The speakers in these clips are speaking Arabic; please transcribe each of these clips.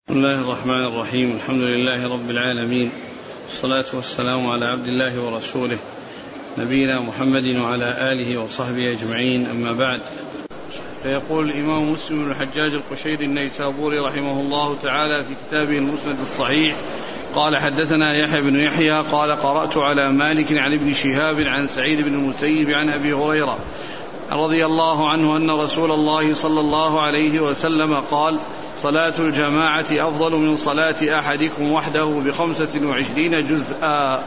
بسم الله الرحمن الرحيم. الحمد لله رب العالمين، والصلاة والسلام على عبد الله ورسوله نبينا محمد وعلى آله وصحبه أجمعين، أما بعد. فيقول الإمام مسلم بن الحجاج القشيري النيسابوري رحمه الله تعالى في كتابه المسند الصحيح قال: حدثنا يحيى بن يحيى قال: قرأت على مالك عن ابن شهاب عن سعيد بن المسيب عن أبي هريرة رضي الله عنه أن رسول الله صلى الله عليه وسلم قال: صلاة الجماعة أفضل من صلاة أحدكم وحده ب25 جزءا.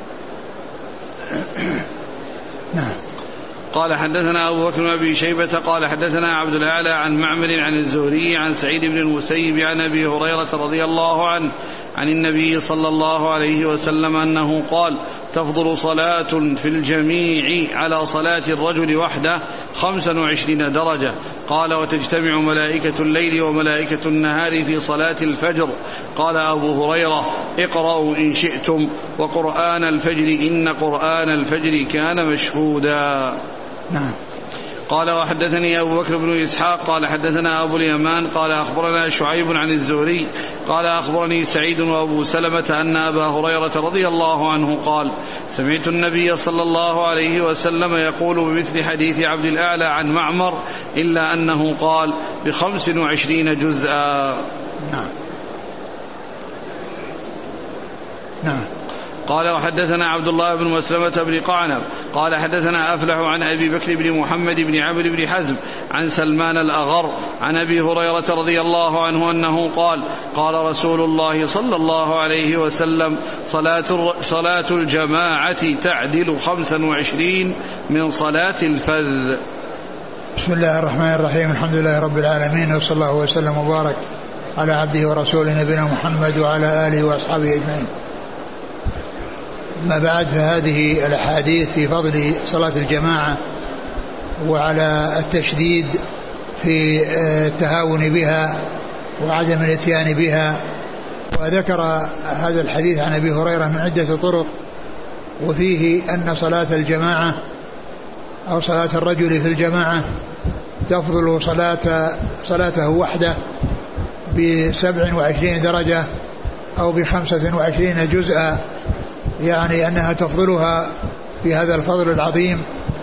قال: حدثنا أبو بكر بن أبي شيبة قال: حدثنا عبد الأعلى عن معمر عن الزهري عن سعيد بن المسيب عن أبي هريرة رضي الله عنه عن النبي صلى الله عليه وسلم أنه قال: تفضل صلاة في الجميع على صلاة الرجل وحده 25 درجة. قال: وتجتمع ملائكة الليل وملائكة النهار في صلاة الفجر. قال أبو هريرة: اقرأوا إن شئتم، وقرآن الفجر إن قرآن الفجر كان مشهودا. نعم. قال: وحدثني أبو بكر بن إسحاق قال: حدثنا أبو اليمان قال: أخبرنا شعيب عن الزهري قال: أخبرني سعيد وأبو سلمة أن أبا هريرة رضي الله عنه قال: سمعت النبي صلى الله عليه وسلم يقول بمثل حديث عبد الأعلى عن معمر إلا أنه قال 25 جزءا. نعم. نعم. قال: وحدثنا عبد الله بن مسلمة بن قعنب قال: حدثنا أفلح عن أبي بكر بن محمد بن عمرو بن حزم عن سلمان الأغر عن أبي هريرة رضي الله عنه أنه قال: قال رسول الله صلى الله عليه وسلم: صلاة الجماعة تعدل 25 من صلاة الفذ. بسم الله الرحمن الرحيم. الحمد لله رب العالمين، وصلى الله وسلم وبارك على عبده ورسوله نبينا محمد وعلى آله وأصحابه أجمعين. ما بعد، فهذه الأحاديث في فضل صلاة الجماعة وعلى التشديد في التهاون بها وعدم الاتيان بها. وذكر هذا الحديث عن أبي هريرة من عدة طرق، وفيه أن صلاة الجماعة أو صلاة الرجل في الجماعة تفضل صلاته وحده ب27 درجة أو ب25 جزءا، يعني أنها تفضلها في هذا الفضل العظيم.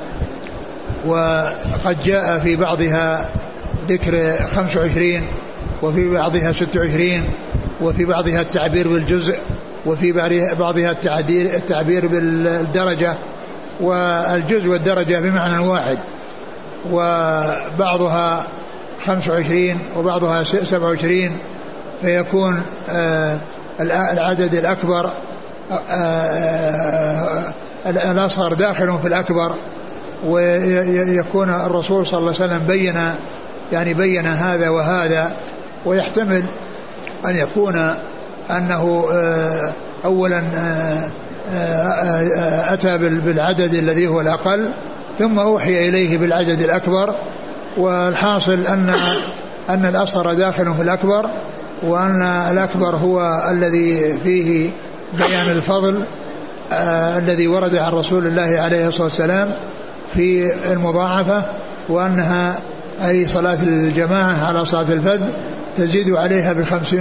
وقد جاء في بعضها ذكر 25 وفي بعضها 26 وفي بعضها التعبير بالجزء وفي بعضها التعبير بالدرجة، والجزء والدرجة بمعنى واحد، وبعضها 25 وبعضها 27، فيكون العدد الأكبر الأصغر داخل في الأكبر. ويكون الرسول صلى الله عليه وسلم بين هذا وهذا، ويحتمل أن يكون أنه أولا أتى بالعدد الذي هو الأقل ثم أوحي إليه بالعدد الأكبر. والحاصل أن الأصغر داخل في الأكبر، وأن الأكبر هو الذي فيه بيان الفضل الذي ورد عن رسول الله عليه الصلاة والسلام في المضاعفة، وأنها أي صلاة الجماعة على صلاة الفذ تزيد عليها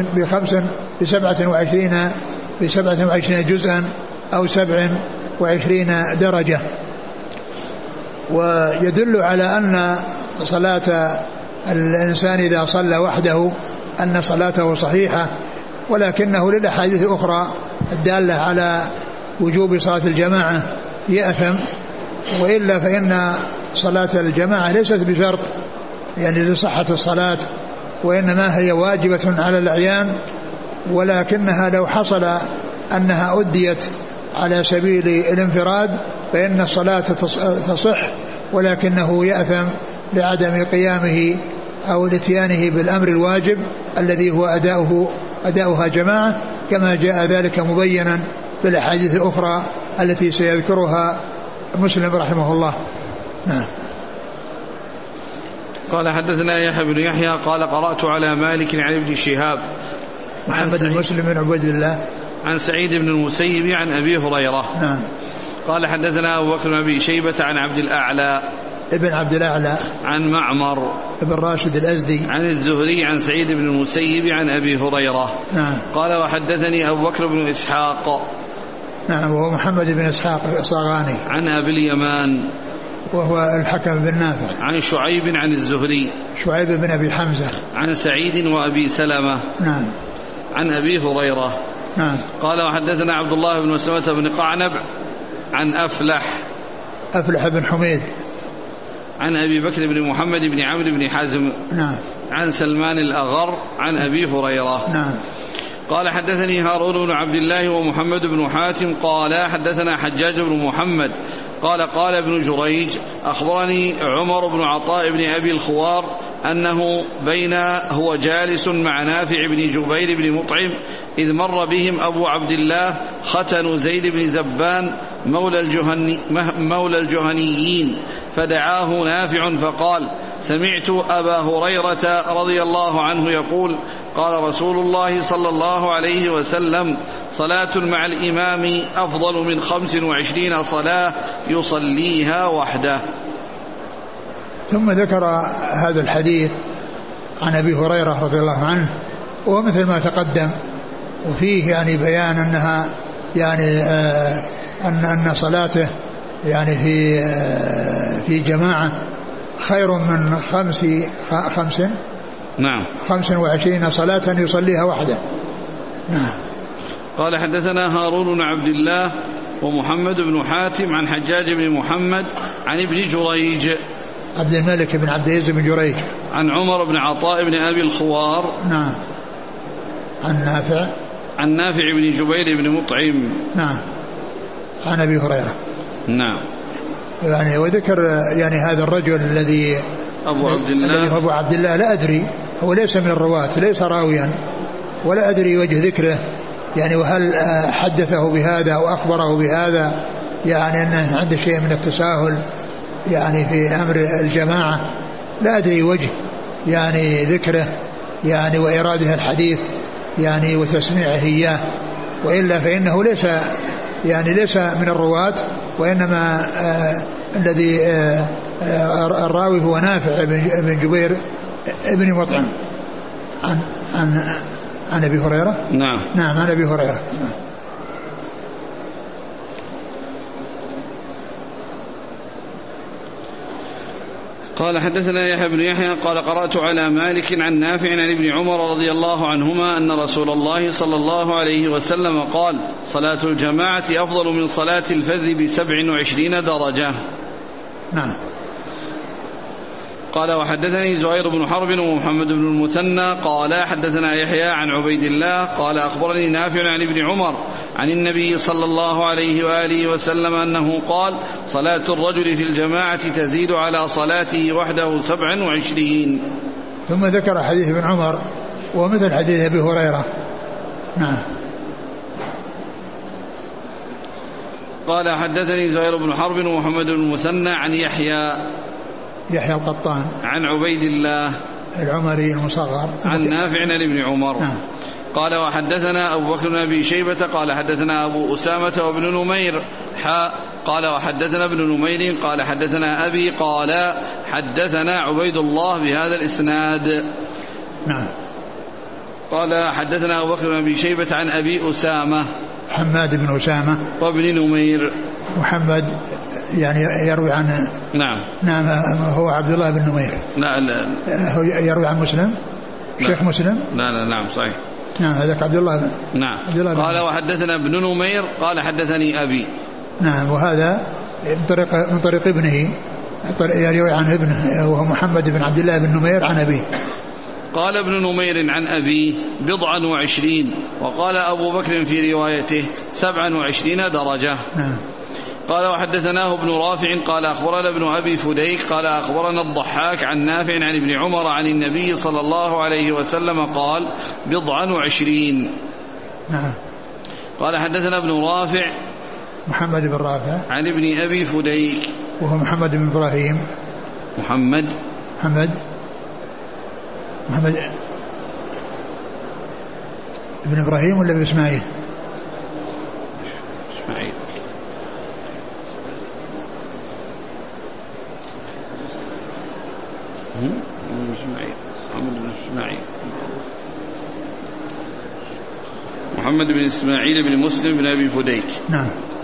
ب27 جزءا أو 27 درجة. ويدل على أن صلاة الإنسان إذا صلى وحده أن صلاته صحيحة، ولكنه للأحاديث الأخرى الدالة على وجوب صلاة الجماعة يأثم. وإلا فإن صلاة الجماعة ليست بشرط يعني لصحة الصلاة، وإنما هي واجبة على الأعيان، ولكنها لو حصل أنها أديت على سبيل الانفراد فإن الصلاة تصح، ولكنه يأثم لعدم قيامه أو لاتيانه بالأمر الواجب الذي هو أداؤها جماعة، كما جاء ذلك مبينا في الأحاديث الأخرى التي سيذكرها مسلم رحمه الله. نعم. قال: حدثنا يحيى بن يحيى قال: قرأت على مالك عن ابن شهاب محمد بن مسلم بن عبيد الله عن سعيد بن المسيب عن أبي هريرة. نعم. قال: حدثنا أبو بكر بن أبي شيبة عن عبد الأعلى ابن عبد الأعلى عن معمر ابن راشد الأزدي عن الزهري عن سعيد بن المسيب عن أبي هريرة. نعم. قال وحدثني أبو بكر بن إسحاق. نعم. وهو محمد بن إسحاق الصاغاني. عن أبي اليمان وهو الحكم بن نافع. عن شعيب عن الزهري شعيب بن أبي حمزة. عن سعيد وأبي سلمة. نعم. عن أبي هريرة. نعم. قال وحدثنا عبد الله بن مسلمة بن قعنب عن أفلح بن حميد عن أبي بكر بن محمد بن عمرو بن حزم. نعم. عن سلمان الأغر عن أبي هريرة. نعم. قال حدثني هارون بن عبد الله ومحمد بن حاتم قال حدثنا حجاج بن محمد قال قال ابن جريج أخبرني عمر بن عطاء بن أبي الخوار أنه بين هو جالس مع نافع بن جبير بن مطعم إذ مر بهم أبو عبد الله ختن زيد بن زبان مولى الجهنيين فدعاه نافع فقال سمعت أبا هريرة رضي الله عنه يقول قال رسول الله صلى الله عليه وسلم صلاة مع الإمام أفضل من 25 صلاة يصليها وحده. ثم ذكر هذا الحديث عن أبي هريرة رضي الله عنه وهو مثل ما تقدم وفيه يعني بيان أنها يعني أن صلاته يعني في جماعة خير من 25 صلاة يصليها وحده. نعم. قال حدثنا هارون بن عبد الله ومحمد بن حاتم عن حجاج بن محمد عن ابن جريج عبد الملك بن عبد العزيز بن جريج عن عمر بن عطاء بن أبي الخوار. نعم. عن نافع بن جبير بن مطعم. نعم. عن أبي هريرة. نعم. يعني وذكر يعني هذا الرجل الذي أبو عبد الله لا أدري هو ليس من الرواة ليس راويا ولا أدري وجه ذكره يعني وهل حدثه بهذا أو أخبره بهذا يعني أنه عنده شيء من التساهل يعني في أمر الجماعة لا أدري وجه يعني ذكره يعني وإراده الحديث يعني وتسميعه إياه وإلا فإنه ليس من الرواة وإنما الذي الراوي هو نافع بن جبير ابن مطعم عن أبي هريرة. نعم. عن أبي هريرة. قال حدثنا يحيى بن يحيى قال قرأت على مالك عن نافع عن ابن عمر رضي الله عنهما أن رسول الله صلى الله عليه وسلم قال صلاة الجماعة أفضل من صلاة الفذ ب27 درجة. نعم. قال وحدثني زهير بن حرب ومحمد بن المثنى قال حدثنا يحيى عن عبيد الله قال أخبرني نافع عن ابن عمر عن النبي صلى الله عليه وآله وسلم أنه قال صلاة الرجل في الجماعة تزيد على صلاته وحده 27. ثم ذكر حديث ابن عمر ومثل حديث أبي هريرة. نعم. قال حدثني زهير بن حرب ومحمد بن المثنى عن يحيى القطان عن عبيد الله العمري المصغر عن نافع عن ابن عمر. نعم. قال وحدثنا أبو بكر بن أبي شيبة قال حدثنا أبو أسامة وابن نمير قال وحدثنا ابن نمير قال حدثنا أبي قال حدثنا عبيد الله بهذا الإسناد. نعم. قال حدثنا أبو بكر بن أبي شيبة عن أبي أسامة حماد بن أسامة وابن نمير محمد يعني يروي عن نعم هو عبد الله بن نمير. لا هو يروي عن مسلم شيخ مسلم. لا نعم صحيح. نعم هذاك عبد الله. نعم. قال وحدثنا ابن نمير قال حدثني أبي. نعم. وهذا من طريق ابنه يروي عن ابنه وهو محمد بن عبد الله بن نمير عن أبيه. قال ابن نمير عن أبيه 27 وقال أبو بكر في روايته 27 درجة. نعم. قال وحدثناه ابن رافع قال أخبرنا ابن أبي فديك قال أخبرنا الضحاك عن نافع عن ابن عمر عن النبي صلى الله عليه وسلم قال 27. نعم. قال حدثنا ابن رافع محمد بن رافع عن ابن أبي فديك وهو محمد بن إبراهيم محمد ابن إبراهيم ولا ابن إسماعيل؟ محمد بن إسماعيل بن مسلم بن أبي فديك. نعم.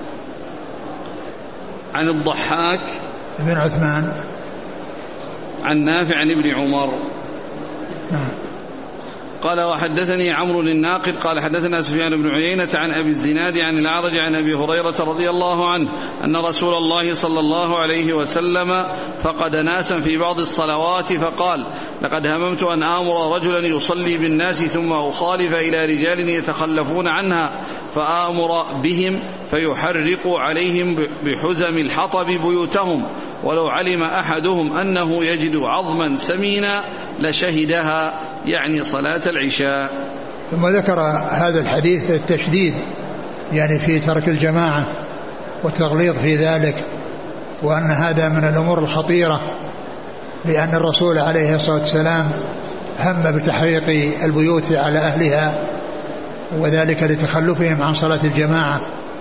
عن الضحاك بن عثمان عن نافع عن ابن عمر. نعم. قال وحدثني عمرو الناقد قال حدثنا سفيان بن عيينة عن أبي الزناد عن الأعرج عن أبي هريرة رضي الله عنه أن رسول الله صلى الله عليه وسلم فقد ناسا في بعض الصلوات فقال لقد هممت أن آمر رجلا يصلي بالناس ثم أخالف إلى رجال يتخلفون عنها فآمر بهم فيحرق عليهم بحزم الحطب بيوتهم ولو علم أحدهم أنه يجد عظما سمينا لشهدها يعني صلاة العشاء. ثم ذكر هذا الحديث التشديد يعني في ترك الجماعة والتغليظ في ذلك، وأن هذا من الأمور الخطيرة، لأن الرسول عليه الصلاة والسلام هم بتحريق البيوت على أهلها وذلك لتخلفهم عن صلاة الجماعة،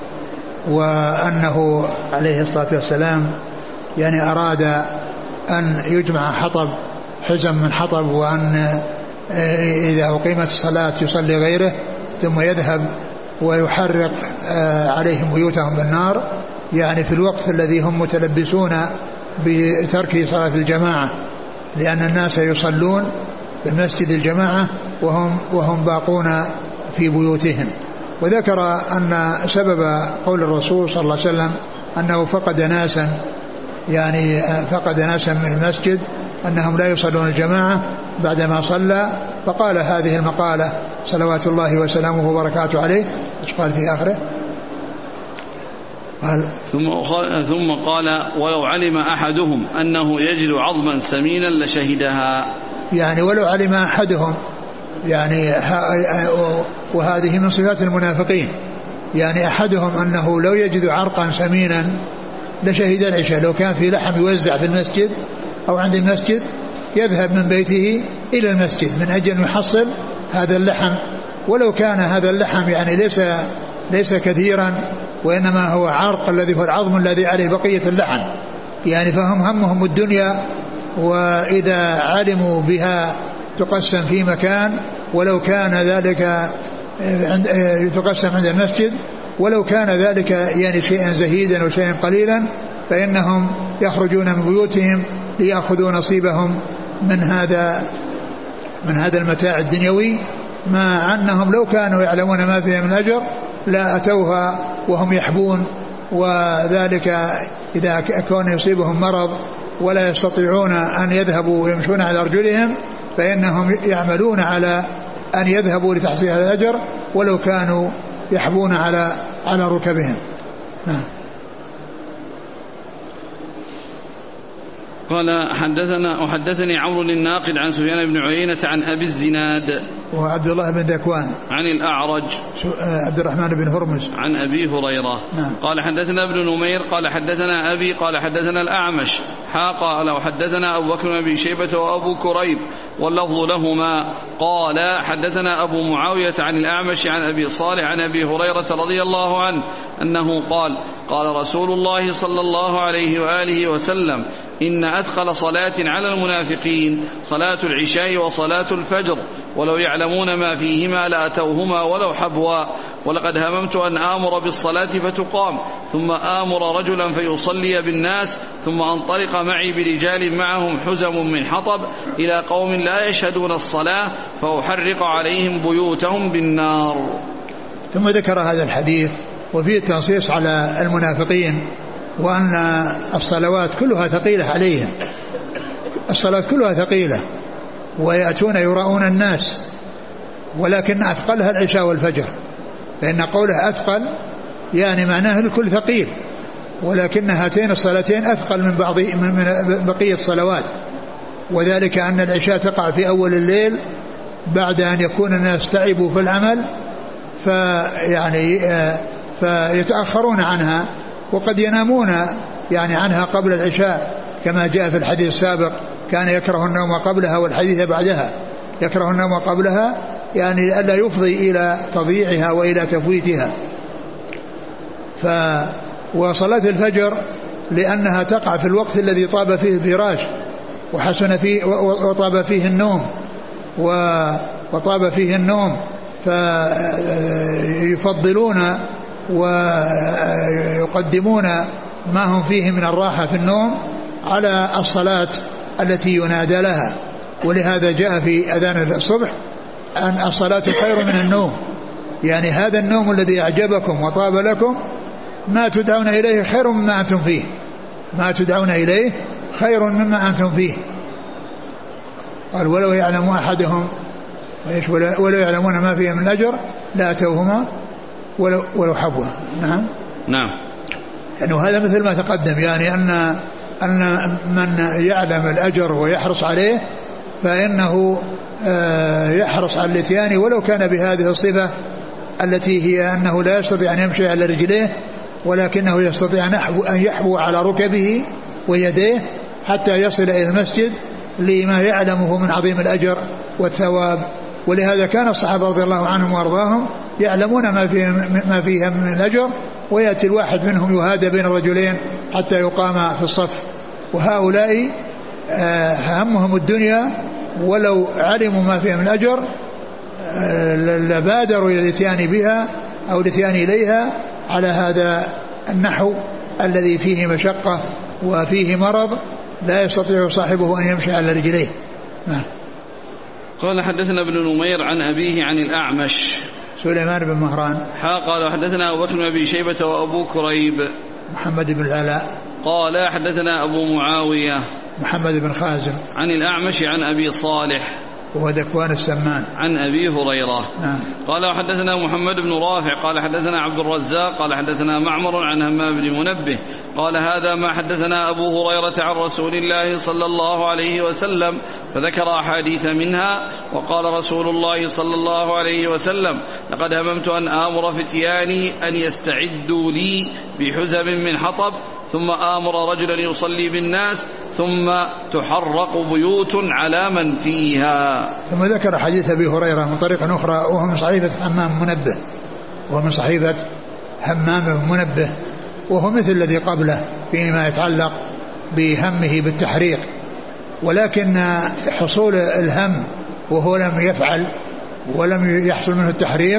وأنه عليه الصلاة والسلام يعني أراد أن يجمع حطب حزم من حطب، وأن إذا أقيمت الصلاة يصلي غيره ثم يذهب ويحرق عليهم بيوتهم بالنار، يعني في الوقت الذي هم متلبسون بترك صلاة الجماعة، لأن الناس يصلون بمسجد الجماعة وهم باقون في بيوتهم. وذكر أن سبب قول الرسول صلى الله عليه وسلم أنه فقد ناسا، يعني فقد ناسا من المسجد أنهم لا يصلون الجماعة بعدما صلى، فقال هذه المقالة صلوات الله وسلامه وبركاته عليه. ايش قال في آخره؟ قال ثم قال ولو علم أحدهم أنه يجد عظما سمينا لشهدها، يعني ولو علم أحدهم، يعني وهذه من صفات المنافقين، يعني أحدهم أنه لو يجد عرقا سمينا لشهد العشاء. لو كان في لحم يوزع في المسجد أو عند المسجد يذهب من بيته إلى المسجد من أجل يحصل هذا اللحم، ولو كان هذا اللحم يعني ليس كثيرا، وإنما هو عرق الذي هو العظم الذي عليه بقية اللحم، يعني فهم همهم الدنيا، وإذا علموا بها تقسم في مكان، ولو كان ذلك تقسم عند المسجد، ولو كان ذلك يعني شيئا زهيدا وشيئا قليلا فإنهم يخرجون من بيوتهم ليأخذوا نصيبهم من هذا المتاع الدنيوي، مع أنهم لو كانوا يعلمون ما فيها من أجر لا أتوها وهم يحبون. وذلك إذا كان يصيبهم مرض ولا يستطيعون أن يذهبوا ويمشون على أرجلهم فإنهم يعملون على أن يذهبوا لتحصيل هذا الأجر ولو كانوا يحبون على ركبهم. نعم. قال حدثني عمرو الناقد عن سفيان بن عيينة عن أبي الزناد وعبد الله بن ذكوان عن الأعرج عبد الرحمن بن هرمز عن أبي هريرة. نعم. قال حدثنا ابن نمير قال حدثنا أبي قال حدثنا الأعمش قال وحدثنا أبو بكر بن أبي شيبة وأبو كريب واللفظ لهما قال حدثنا أبو معاوية عن الأعمش عن أبي صالح عن أبي هريرة رضي الله عنه أنه قال رسول الله صلى الله عليه وآله وسلم إن أثقل صلاة على المنافقين صلاة العشاء وصلاة الفجر ولو يعلمون ما فيهما لأتوهما ولو حبوا ولقد هممت أن آمر بالصلاة فتقام ثم آمر رجلا فيصلي بالناس ثم أنطلق معي برجال معهم حزم من حطب إلى قوم لا يشهدون الصلاة فأحرق عليهم بيوتهم بالنار. ثم ذكر هذا الحديث وفيه التنصيص على المنافقين وأن الصلوات كلها ثقيلة عليهم، الصلاة كلها ثقيلة ويأتون يراؤون الناس، ولكن أثقلها العشاء والفجر، فإن قوله أثقل يعني معناه الكل ثقيل، ولكن هاتين الصلاتين أثقل من بقية الصلوات، وذلك أن العشاء تقع في أول الليل بعد أن يكون الناس تعبوا في العمل فيتأخرون عنها وقد ينامون يعني عنها قبل العشاء كما جاء في الحديث السابق كان يكره النوم قبلها والحديث بعدها يكره النوم قبلها يعني ألا يفضي إلى تضييعها وإلى تفويتها. وصلاة الفجر لأنها تقع في الوقت الذي طاب فيه الفراش وحسن فيه وطاب فيه النوم وطاب فيه النوم فيفضلون ويقدمون ما هم فيه من الراحة في النوم على الصلاة التي ينادى لها. ولهذا جاء في أذان الصبح أن الصلاة خير من النوم، يعني هذا النوم الذي أعجبكم وطاب لكم ما تدعون إليه خير مما أنتم فيه، ما تدعون إليه خير مما أنتم فيه. قال ولو يعلم أحدهم ولو يعلمون ما فيه من أجر لا أتوهما ولو حبوا. نعم. يعني هذا مثل ما تقدم، يعني أن من يعلم الأجر ويحرص عليه فإنه يحرص على الاتيان ولو كان بهذه الصفة التي هي أنه لا يستطيع أن يمشي على رجليه، ولكنه يستطيع أن يحبو على ركبه ويديه حتى يصل إلى المسجد لما يعلمه من عظيم الأجر والثواب. ولهذا كان الصحابة رضي الله عنهم وارضاهم يعلمون ما فيها من الأجر، ويأتي الواحد منهم يهادى بين الرجلين حتى يقام في الصف. وهؤلاء همهم الدنيا، ولو علموا ما فيها من الأجر لبادروا إلى الاتيان بها أو الاتيان إليها على هذا النحو الذي فيه مشقة وفيه مرض لا يستطيع صاحبه أن يمشي على رجليه. قال حدثنا ابن نمير عن أبيه عن الأعمش سليمان بن مهران قال حدثنا أبو بكر بن أبي شيبة وأبو كريب محمد بن العلاء قال حدثنا أبو معاوية محمد بن خازم عن الأعمش عن أبي صالح وهو ذكوان السمان عن أبي هريرة. قال وحدثنا محمد بن رافع قال حدثنا عبد الرزاق قال حدثنا معمر عن همام بن منبه قال هذا ما حدثنا أبو هريرة عن رسول الله صلى الله عليه وسلم، فذكر أحاديث منها. وقال رسول الله صلى الله عليه وسلم لقد هممت أن آمر فتياني أن يستعدوا لي بحزب من حطب، ثم آمر رجلا يصلي بالناس، ثم تحرق بيوت على من فيها. ثم ذكر حديث أبي هريرة من طريق أخرى وهو من صحيفة همام منبه، وهو مثل الذي قبله فيما يتعلق بهمه بالتحريق، ولكن حصول الهم وهو لم يفعل ولم يحصل منه التحريق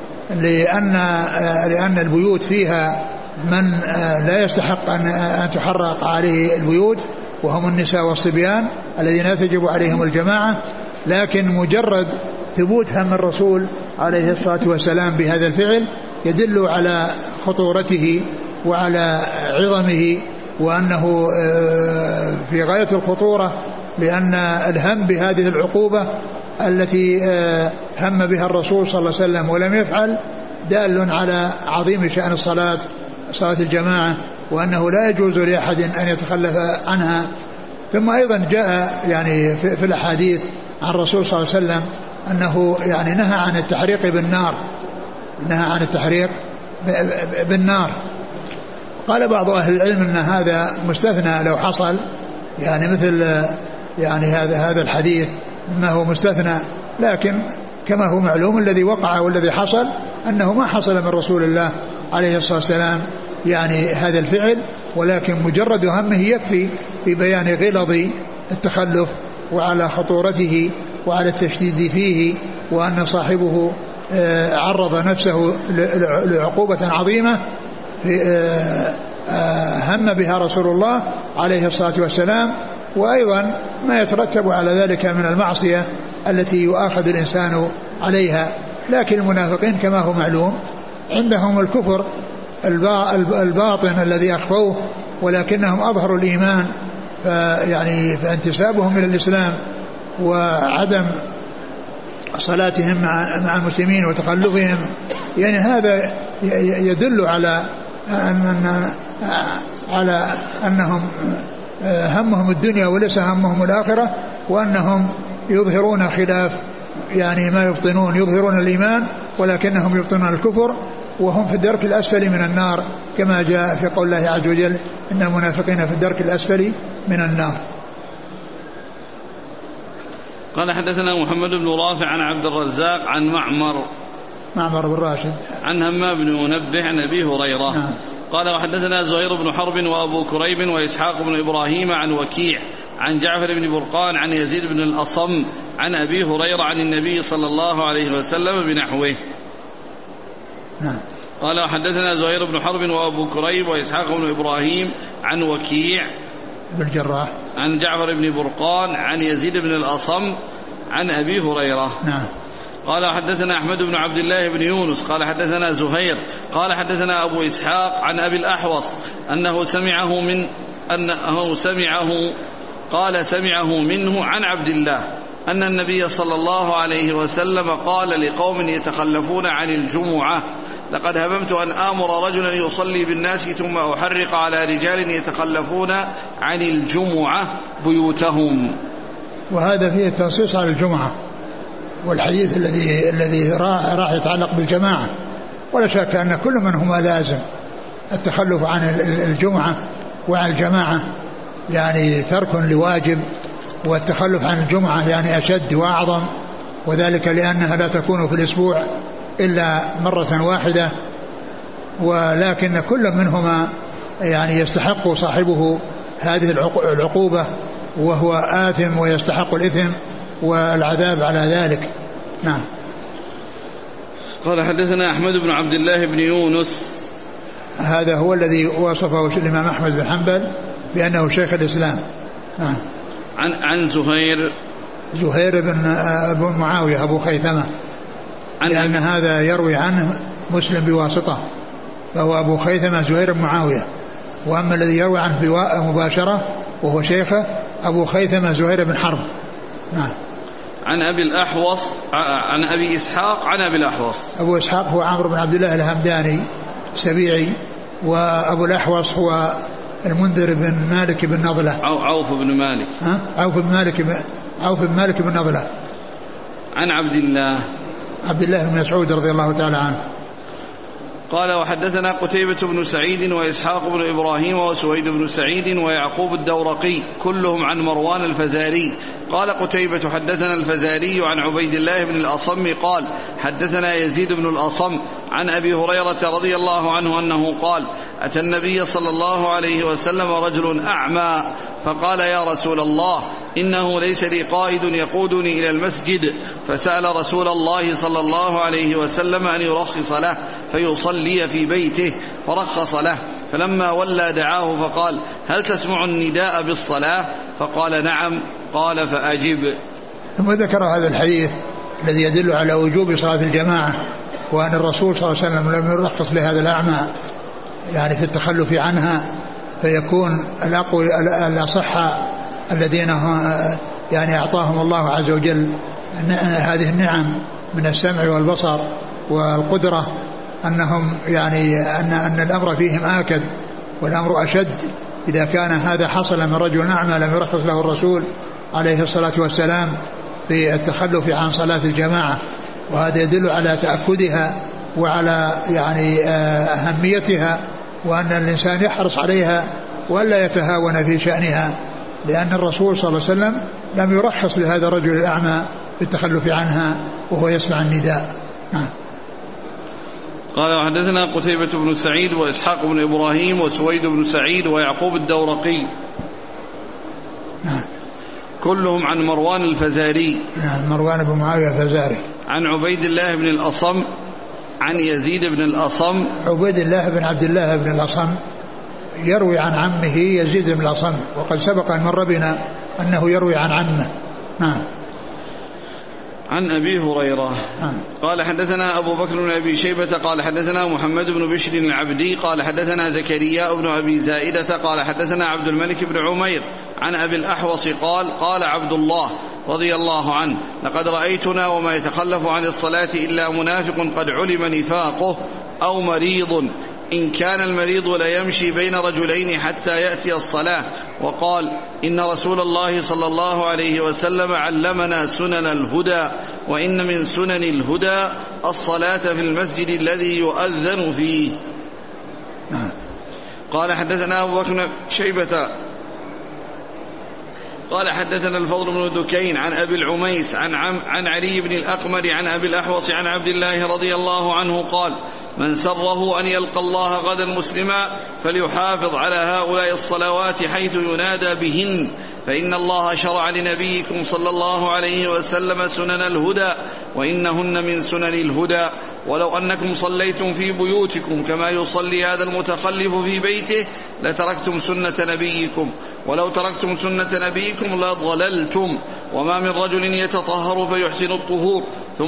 لأن البيوت فيها من لا يستحق أن تحرق عليه البيوت، وهم النساء والصبيان الذين لا تجب عليهم الجماعة. لكن مجرد ثبوت هم الرسول عليه الصلاة والسلام بهذا الفعل يدل على خطورته وعلى عظمه، وأنه في غاية الخطورة، لأن الهم بهذه العقوبة التي هم بها الرسول صلى الله عليه وسلم ولم يفعل دال على عظيم شأن صلاة الجماعة، وأنه لا يجوز لأحد أن يتخلف عنها. ثم أيضا جاء يعني في الأحاديث عن الرسول صلى الله عليه وسلم أنه يعني نهى عن التحريق بالنار. قال بعض أهل العلم أن هذا مستثنى لو حصل، يعني مثل يعني هذا الحديث ما هو مستثنى، لكن كما هو معلوم الذي وقع والذي حصل أنه ما حصل من رسول الله عليه الصلاة والسلام يعني هذا الفعل، ولكن مجرد همه يكفي في بيان غلظ التخلف وعلى خطورته وعلى التشديد فيه، وأن صاحبه عرض نفسه لعقوبة عظيمة هم بها رسول الله عليه الصلاة والسلام، وأيضا ما يترتب على ذلك من المعصية التي يؤاخذ الإنسان عليها. لكن المنافقين كما هو معلوم عندهم الكفر الباطن الذي أخفوه، ولكنهم أظهروا الإيمان، فانتسابهم إلى الإسلام وعدم صلاتهم مع المسلمين وتخلفهم، يعني هذا يدل على أنهم همهم الدنيا وليس همهم الآخرة، وأنهم يظهرون خلاف يعني ما يبطنون، يظهرون الإيمان ولكنهم يبطنون الكفر، وهم في الدرك الأسفل من النار، كما جاء في قول الله عز وجل إن المنافقين في الدرك الأسفل من النار. قال حدثنا محمد بن رافع عن عبد الرزاق عن معمر بن راشد عن همام بن منبه عن أبي هريرة. قال وحدثنا زهير بن حرب وأبو كريب وإسحاق بن إبراهيم عن وكيع عن جعفر بن برقان عن يزيد بن الأصم عن أبي هريرة عن النبي صلى الله عليه وسلم بنحوه. نعم. قال حدثنا زهير بن حرب وأبو كريب وإسحاق بن إبراهيم عن وكيع بن الجراح عن جعفر بن برقان عن يزيد بن الأصم عن أبي هريرة. نعم. قال حدثنا أحمد بن عبد الله بن يونس قال حدثنا زهير قال حدثنا أبو إسحاق عن أبي الأحوص أنه سمعه منه عن عبد الله أن النبي صلى الله عليه وسلم قال لقوم يتخلفون عن الجمعة: لقد هممت أن آمر رجلا يصلي بالناس ثم أحرق على رجال يتخلفون عن الجمعة بيوتهم. وهذا فيه التنصيص على الجمعة، والحديث الذي راح يتعلق بالجماعة، ولا شك أن كل منهما لازم. التخلف عن الجمعة وعن الجماعة يعني ترك لواجب، والتخلف عن الجمعة يعني أشد وأعظم، وذلك لأنها لا تكون في الأسبوع إلا مرة واحدة، ولكن كل منهما يعني يستحق صاحبه هذه العقوبة، وهو آثم ويستحق الإثم والعذاب على ذلك. نعم. قال حدثنا أحمد بن عبد الله بن يونس، هذا هو الذي وصفه الإمام أحمد بن حنبل بأنه شيخ الإسلام. نعم. عن زهير بن معاوية أبو خيثمة، لأن هذا يروي عنه مسلم بواسطة، فهو أبو خيثمة زهير بن معاوية، وأما الذي يروي عنه مباشرة وهو شيخه أبو خيثمة زهير بن حرب. نعم. عن أبي الأحوص عن أبي إسحاق عن أبي الأحوص. أبو إسحاق هو عمرو بن عبد الله الهمداني سبيعي، وأبو الأحوص هو المنذر بن مالك بن نضلة. عوف بن مالك. عوف بن مالك بن نضلة. عن عبد الله بن مسعود رضي الله تعالى عنه. قال وحدثنا قتيبة بن سعيد وإسحاق بن إبراهيم وسويد بن سعيد ويعقوب الدورقي كلهم عن مروان الفزاري. قال قتيبة حدثنا الفزاري عن عبيد الله بن الأصم قال حدثنا يزيد بن الأصم عن أبي هريرة رضي الله عنه أنه قال: أتى النبي صلى الله عليه وسلم رجل أعمى فقال: يا رسول الله، إنه ليس لي قائد يقودني إلى المسجد، فسأل رسول الله صلى الله عليه وسلم أن يرخص له فيصلي في بيته، فرخص له، فلما ولى دعاه فقال: هل تسمع النداء بالصلاة؟ فقال: نعم. قال: فأجب. ثم ذكر هذا الحديث الذي يدل على وجوب صلاة الجماعة، وأن الرسول صلى الله عليه وسلم لم يرخص لهذا الأعمى يعني في التخلف عنها، فيكون الأصحاء الذين يعني أعطاهم الله عز وجل هذه النعم من السمع والبصر والقدرة، أنهم يعني أن الأمر فيهم آكد والأمر أشد إذا كان هذا حصل من رجل أعمى لم يرخص له الرسول عليه الصلاة والسلام في التخلف عن صلاة الجماعة. وهذا يدل على تأكدها وعلى يعني أهميتها، وأن الإنسان يحرص عليها ولا يتهاون في شأنها، لأن الرسول صلى الله عليه وسلم لم يرخص لهذا الرجل الأعمى في التخلف عنها وهو يسمع النداء. قال وحدثنا قتيبة بن سعيد وإسحاق بن إبراهيم وسويد بن سعيد ويعقوب الدورقي كلهم عن مروان الفزاري. مروان بن معاوية الفزاري. عن عبيد الله بن الأصم عن يزيد بن الأصم. عبيد الله بن عبد الله بن الأصم يروي عن عمه يزيد بن الأصم، وقد سبق أن مر بنا أنه يروي عن عمه. عن أبي هريرة. قال حدثنا أبو بكر بن أبي شيبة قال حدثنا محمد بن بشر العبدي قال حدثنا زكريا بن أبي زائدة قال حدثنا عبد الملك بن عمير عن أبي الأحوص قال عبد الله رضي الله عنه: لقد رأيتنا وما يتخلف عن الصلاة إلا منافق قد علم نفاقه أو مريض، إن كان المريض ليمشي بين رجلين حتى يأتي الصلاة. وقال: إن رسول الله صلى الله عليه وسلم علمنا سنن الهدى، وإن من سنن الهدى الصلاة في المسجد الذي يؤذن فيه. قال حدثنا أبو بكر بن شيبة قال حدثنا الفضل بن دكين عن أبي العميس عن علي بن الأقمر عن أبي الأحوص عن عبد الله رضي الله عنه قال: من سره أن يلقى الله غدا مسلما فليحافظ على هؤلاء الصلوات حيث ينادى بهن، فإن الله شرع لنبيكم صلى الله عليه وسلم سنن الهدى وإنهن من سنن الهدى. ولو أنكم صليتم في بيوتكم كما يصلي هذا المتخلف في بيته لتركتم سنة نبيكم، ولو تركتم سنة نبيكم لضللتم. وما من رجل يتطهر فيحسن الطهور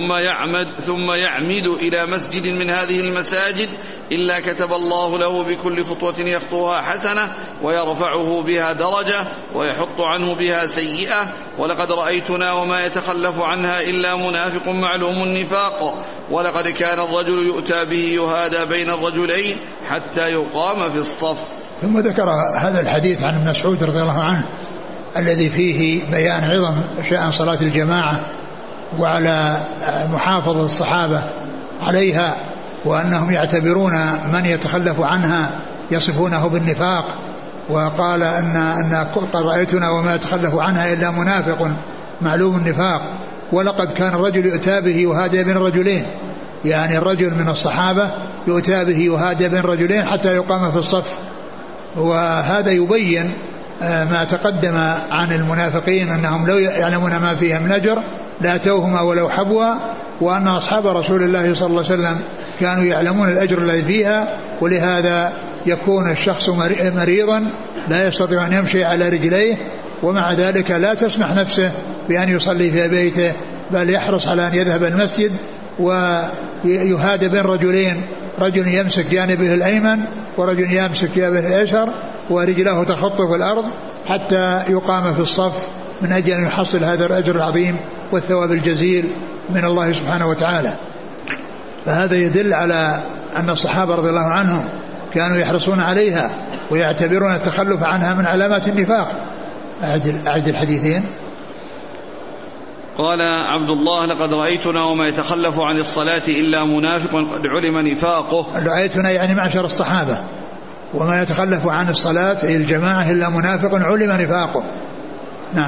ثم يعمد إلى مسجد من هذه المساجد إلا كتب الله له بكل خطوة يخطوها حسنة ويرفعه بها درجة ويحط عنه بها سيئة. ولقد رأيتنا وما يتخلف عنها إلا منافق معلوم النفاق، ولقد كان الرجل يؤتى به يهادى بين الرجلين حتى يقام في الصف. ثم ذكر هذا الحديث عن ابن مسعود رضي الله عنه الذي فيه بيان عظم شأن صلاة الجماعة وعلى محافظة الصحابة عليها، وأنهم يعتبرون من يتخلف عنها يصفونه بالنفاق. وقال أن قد رأيتنا وما يتخلف عنها إلا منافق معلوم النفاق. ولقد كان الرجل يؤتى به يهادى بين الرجلين، يعني الرجل من الصحابة يؤتى به يهادى بين الرجلين حتى يقام في الصف. وهذا يبين ما تقدم عن المنافقين أنهم لو يعلمون ما فيها من أجر لاتوهما ولو حبوا، وأن أصحاب رسول الله صلى الله عليه وسلم كانوا يعلمون الأجر الذي فيها. ولهذا يكون الشخص مريضا لا يستطيع أن يمشي على رجليه، ومع ذلك لا تسمح نفسه بأن يصلي في بيته، بل يحرص على أن يذهب المسجد ويهادى بين رجلين، رجل يمسك جانبه الأيمن ورجل يمسك جانبه الأيسر ورجله تخط في الأرض حتى يقام في الصف من أجل أن يحصل هذا الأجر العظيم والثواب الجزيل من الله سبحانه وتعالى. فهذا يدل على أن الصحابة رضي الله عنهم كانوا يحرصون عليها ويعتبرون التخلف عنها من علامات النفاق. أعد الحديثين. قال عبد الله: لقد رأيتنا وما يتخلف عن الصلاة إلا منافق قد علم نفاقه. رأيتنا يعني معشر الصحابة، وما يتخلف عن الصلاة أي الجماعة إلا منافق علم نفاقه. نعم.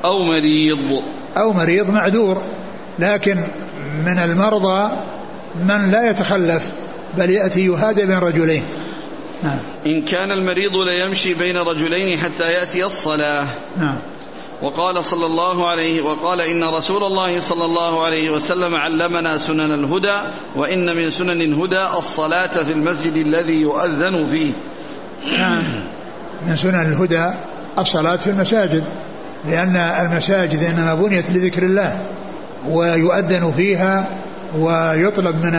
أو مريض معذور، لكن من المرضى من لا يتخلف بل يأتي يهادى بين رجلين. نعم. إن كان المريض ليمشي بين رجلين حتى يأتي الصلاة. نعم. وقال إن رسول الله صلى الله عليه وسلم علمنا سنن الهدى، وإن من سنن الهدى الصلاة في المسجد الذي يؤذن فيه. نعم، من سنن الهدى الصلاة في المساجد، لأن المساجد إنما بنيت لذكر الله ويؤذن فيها، ويطلب من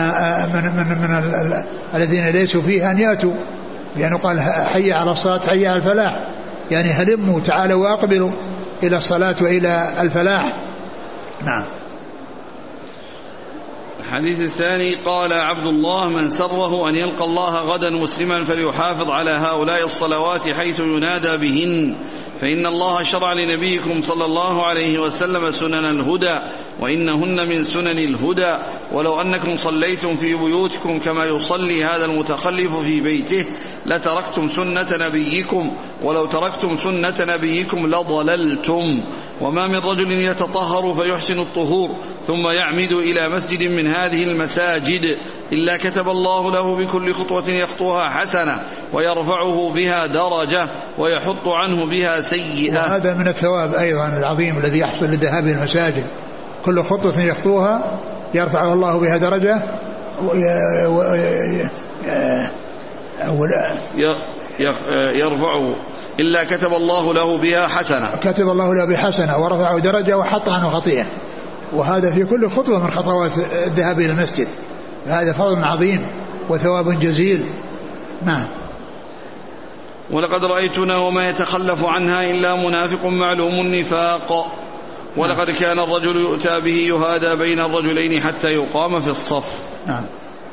الذين ليسوا فيها أن يأتوا، يعني قال حي على الصلاة حي على الفلاح، يعني هلموا تعالوا واقبلوا إلى الصلاة وإلى الفلاح. نعم. الحديث الثاني: قال عبد الله: من سره أن يلقى الله غدا مسلما فليحافظ على هؤلاء الصلوات حيث ينادى بهن، فإن الله شرع لنبيكم صلى الله عليه وسلم سنن الهدى وإنهن من سنن الهدى. ولو أنكم صليتم في بيوتكم كما يصلي هذا المتخلف في بيته لتركتم سنة نبيكم، ولو تركتم سنة نبيكم لضللتم. وما من رجل يتطهر فيحسن الطهور ثم يعمد إلى مسجد من هذه المساجد إلا كتب الله له بكل خطوة يخطوها حسنة ويرفعه بها درجة ويحط عنه بها سيئة. وهذا من الثواب أيضا العظيم الذي يحصل لذهاب المساجد، كل خطوة يخطوها يرفعه الله بها درجة يرفعه إلا كتب الله له بها حسنة، كتب الله له بحسنة ورفعه درجة وحط عنه خطيئة. وهذا في كل خطوة من خطوات الذهاب إلى المسجد، هذا فضل عظيم وثواب جزيل. نعم. ولقد رأيتنا وما يتخلف عنها إلا منافق معلوم النفاق، ولقد كان الرجل يؤتى به يهادى بين الرجلين حتى يقام في الصف. نعم.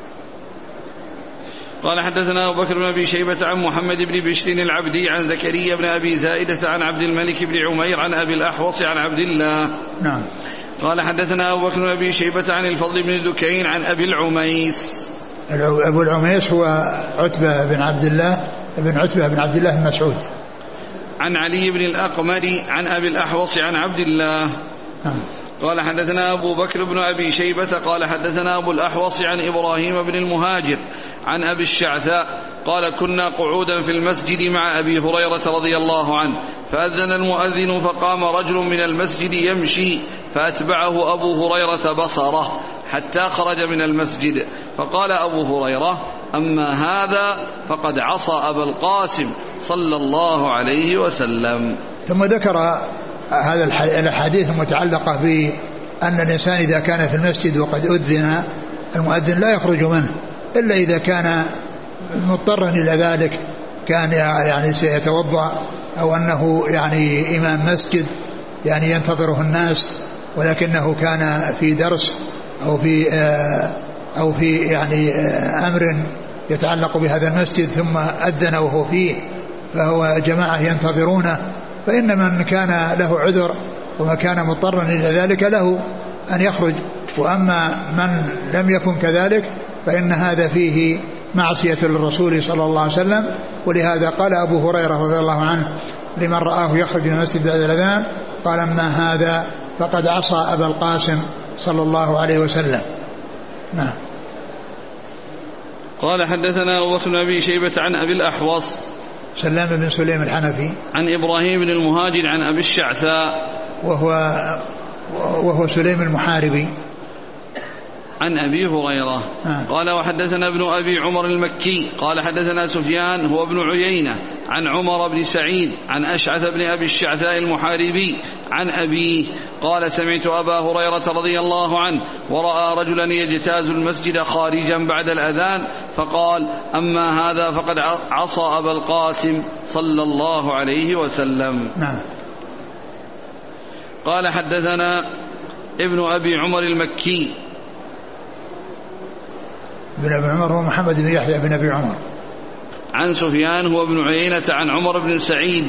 قال حدثنا أبو بكر بن أبي شيبة عن محمد بن بشر العبدي عن زكريا بن أبي زائدة عن عبد الملك بن عمير عن أبي الأحوص عن عبد الله. نعم. قال حدثنا أبو بكر بن أبي شيبة عن الفضل بن دكين عن أبي العميس. أبو العميس هو عتبة بن عبد الله بن مسعود. عن علي بن الأقمر عن أبي الأحوص عن عبد الله. نعم. قال حدثنا أبو بكر بن أبي شيبة قال حدثنا أبو الأحوص عن إبراهيم بن المهاجر عن أبي الشعثاء قال كنا قعودا في المسجد مع أبي هريرة رضي الله عنه فأذن المؤذن فقام رجل من المسجد يمشي فأتبعه أبو هريرة بصره حتى خرج من المسجد فقال أبو هريرة أما هذا فقد عصى أبا القاسم صلى الله عليه وسلم. ثم ذكر هذا الحديث المتعلقة بأن الإنسان إذا كان في المسجد وقد أذن المؤذن لا يخرج منه إلا إذا كان مضطرا إلى ذلك، كان يعني سيتوضأ أو أنه يعني إمام مسجد يعني ينتظره الناس ولكنه كان في درس أو في يعني أمر يتعلق بهذا المسجد ثم أذن وهو فيه فهو جماعة ينتظرونه، فإن من كان له عذر وما كان مضطرا إلى ذلك له أن يخرج. وأما من لم يكن كذلك فإن هذا فيه معصية للرسول صلى الله عليه وسلم. ولهذا قال أبو هريرة رضي الله عنه لمن رآه يخرج من المسجد بعد الأذان قال ما هذا فقد عصى أبا القاسم صلى الله عليه وسلم. نعم. قال حدثنا أبو بكر بن أبي شيبة عن أبي الأحوص سلام بن سليم الحنفي عن إبراهيم بن المهاجر عن أبي الشعثاء وهو سليم المحاربي عن أبي هريرة. قال وحدثنا ابن أبي عمر المكي قال حدثنا سفيان هو ابن عيينة عن عمر بن سعيد عن أشعث بن أبي الشعثاء المحاربي عن أبيه قال سمعت أبا هريرة رضي الله عنه ورأى رجلا يجتاز المسجد خارجا بعد الأذان فقال أما هذا فقد عصى أبا القاسم صلى الله عليه وسلم. قال حدثنا ابن أبي عمر المكي ابن أبي عمر هو محمد بن يحيى بن أبي عمر عن سفيان هو ابن عيينة عن عمر بن سعيد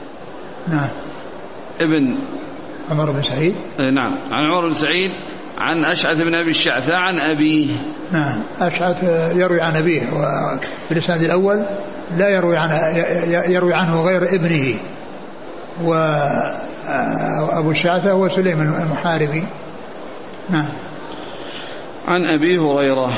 ابن عمر بن سعيد نعم عن عمر بن سعيد عن أشعث بن أبي الشعثاء عن أبيه. نعم. أشعث يروي عن أبيه وفي الإسناد الأول لا يروي عنه غير ابنه، وأبو الشعثاء هو سليم المحاربي. نعم. عن أبي هريرة.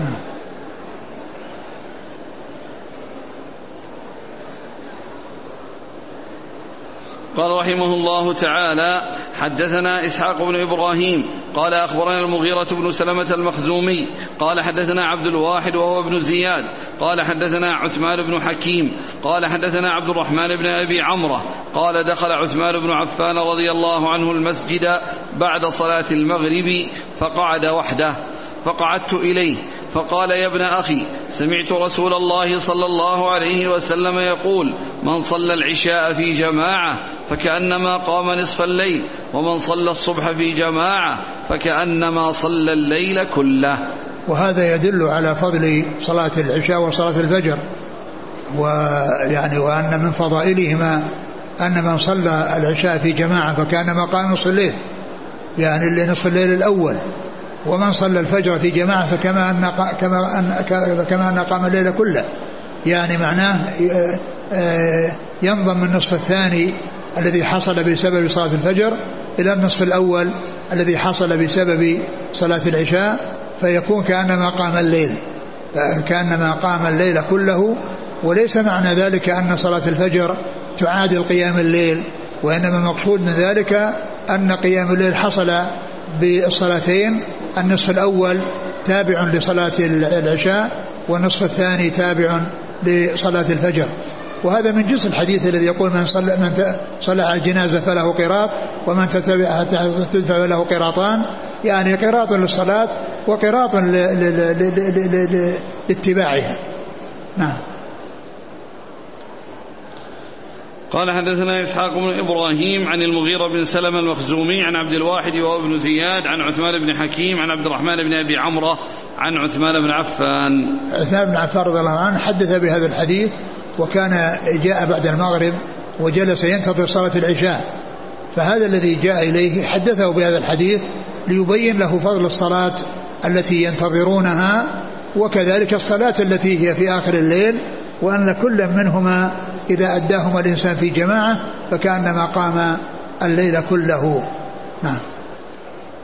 قال رحمه الله تعالى حدثنا إسحاق بن إبراهيم قال أخبرنا المغيرة بن سلمة المخزومي قال حدثنا عبد الواحد وهو ابن زياد قال حدثنا عثمان بن حكيم قال حدثنا عبد الرحمن بن أبي عمرة قال دخل عثمان بن عفان رضي الله عنه المسجد بعد صلاة المغرب فقعد وحده فقعدت إليه فقال يا ابن أخي سمعت رسول الله صلى الله عليه وسلم يقول من صلى العشاء في جماعة فكأنما قام نصف الليل ومن صلى الصبح في جماعة فكأنما صلى الليل كله. وهذا يدل على فضل صلاة العشاء وصلاة الفجر، وأن من فضائلهما أن من صلى العشاء في جماعة فكأنما قام نصف الليل، يعني نصف الليل الأول، ومن صلى الفجر في جماعة فكما أن قام الليل كله، يعني معناه ينضم من النصف الثاني الذي حصل بسبب صلاة الفجر إلى النصف الأول الذي حصل بسبب صلاة العشاء، فيكون كأنما قام الليل كله. وليس معنى ذلك أن صلاة الفجر تعادل قيام الليل، وإنما المقصود من ذلك أن قيام الليل حصل بالصلاتين، النصف الأول تابع لصلاة العشاء والنصف الثاني تابع لصلاة الفجر. وهذا من جنس الحديث الذي يقول من صلى على الجنازة فله قراط ومن تتبع حتى تدفع له قراطان، يعني قراط للصلاة وقراط لاتباعها. نعم. قال حدثنا إسحاق بن إبراهيم عن المغيرة بن سلمة المخزومي عن عبد الواحد وهو ابن زياد عن عثمان بن حكيم عن عبد الرحمن بن أبي عمرة عن عثمان بن عفان. عثمان بن عفان رضي الله عنه حدث بهذا الحديث، وكان جاء بعد المغرب وجلس ينتظر صلاة العشاء، فهذا الذي جاء إليه حدثه بهذا الحديث ليبين له فضل الصلاة التي ينتظرونها، وكذلك الصلاة التي هي في آخر الليل، وأن كل منهما إذا أداهما الإنسان في جماعة فكأنما قام الليل كله. نعم.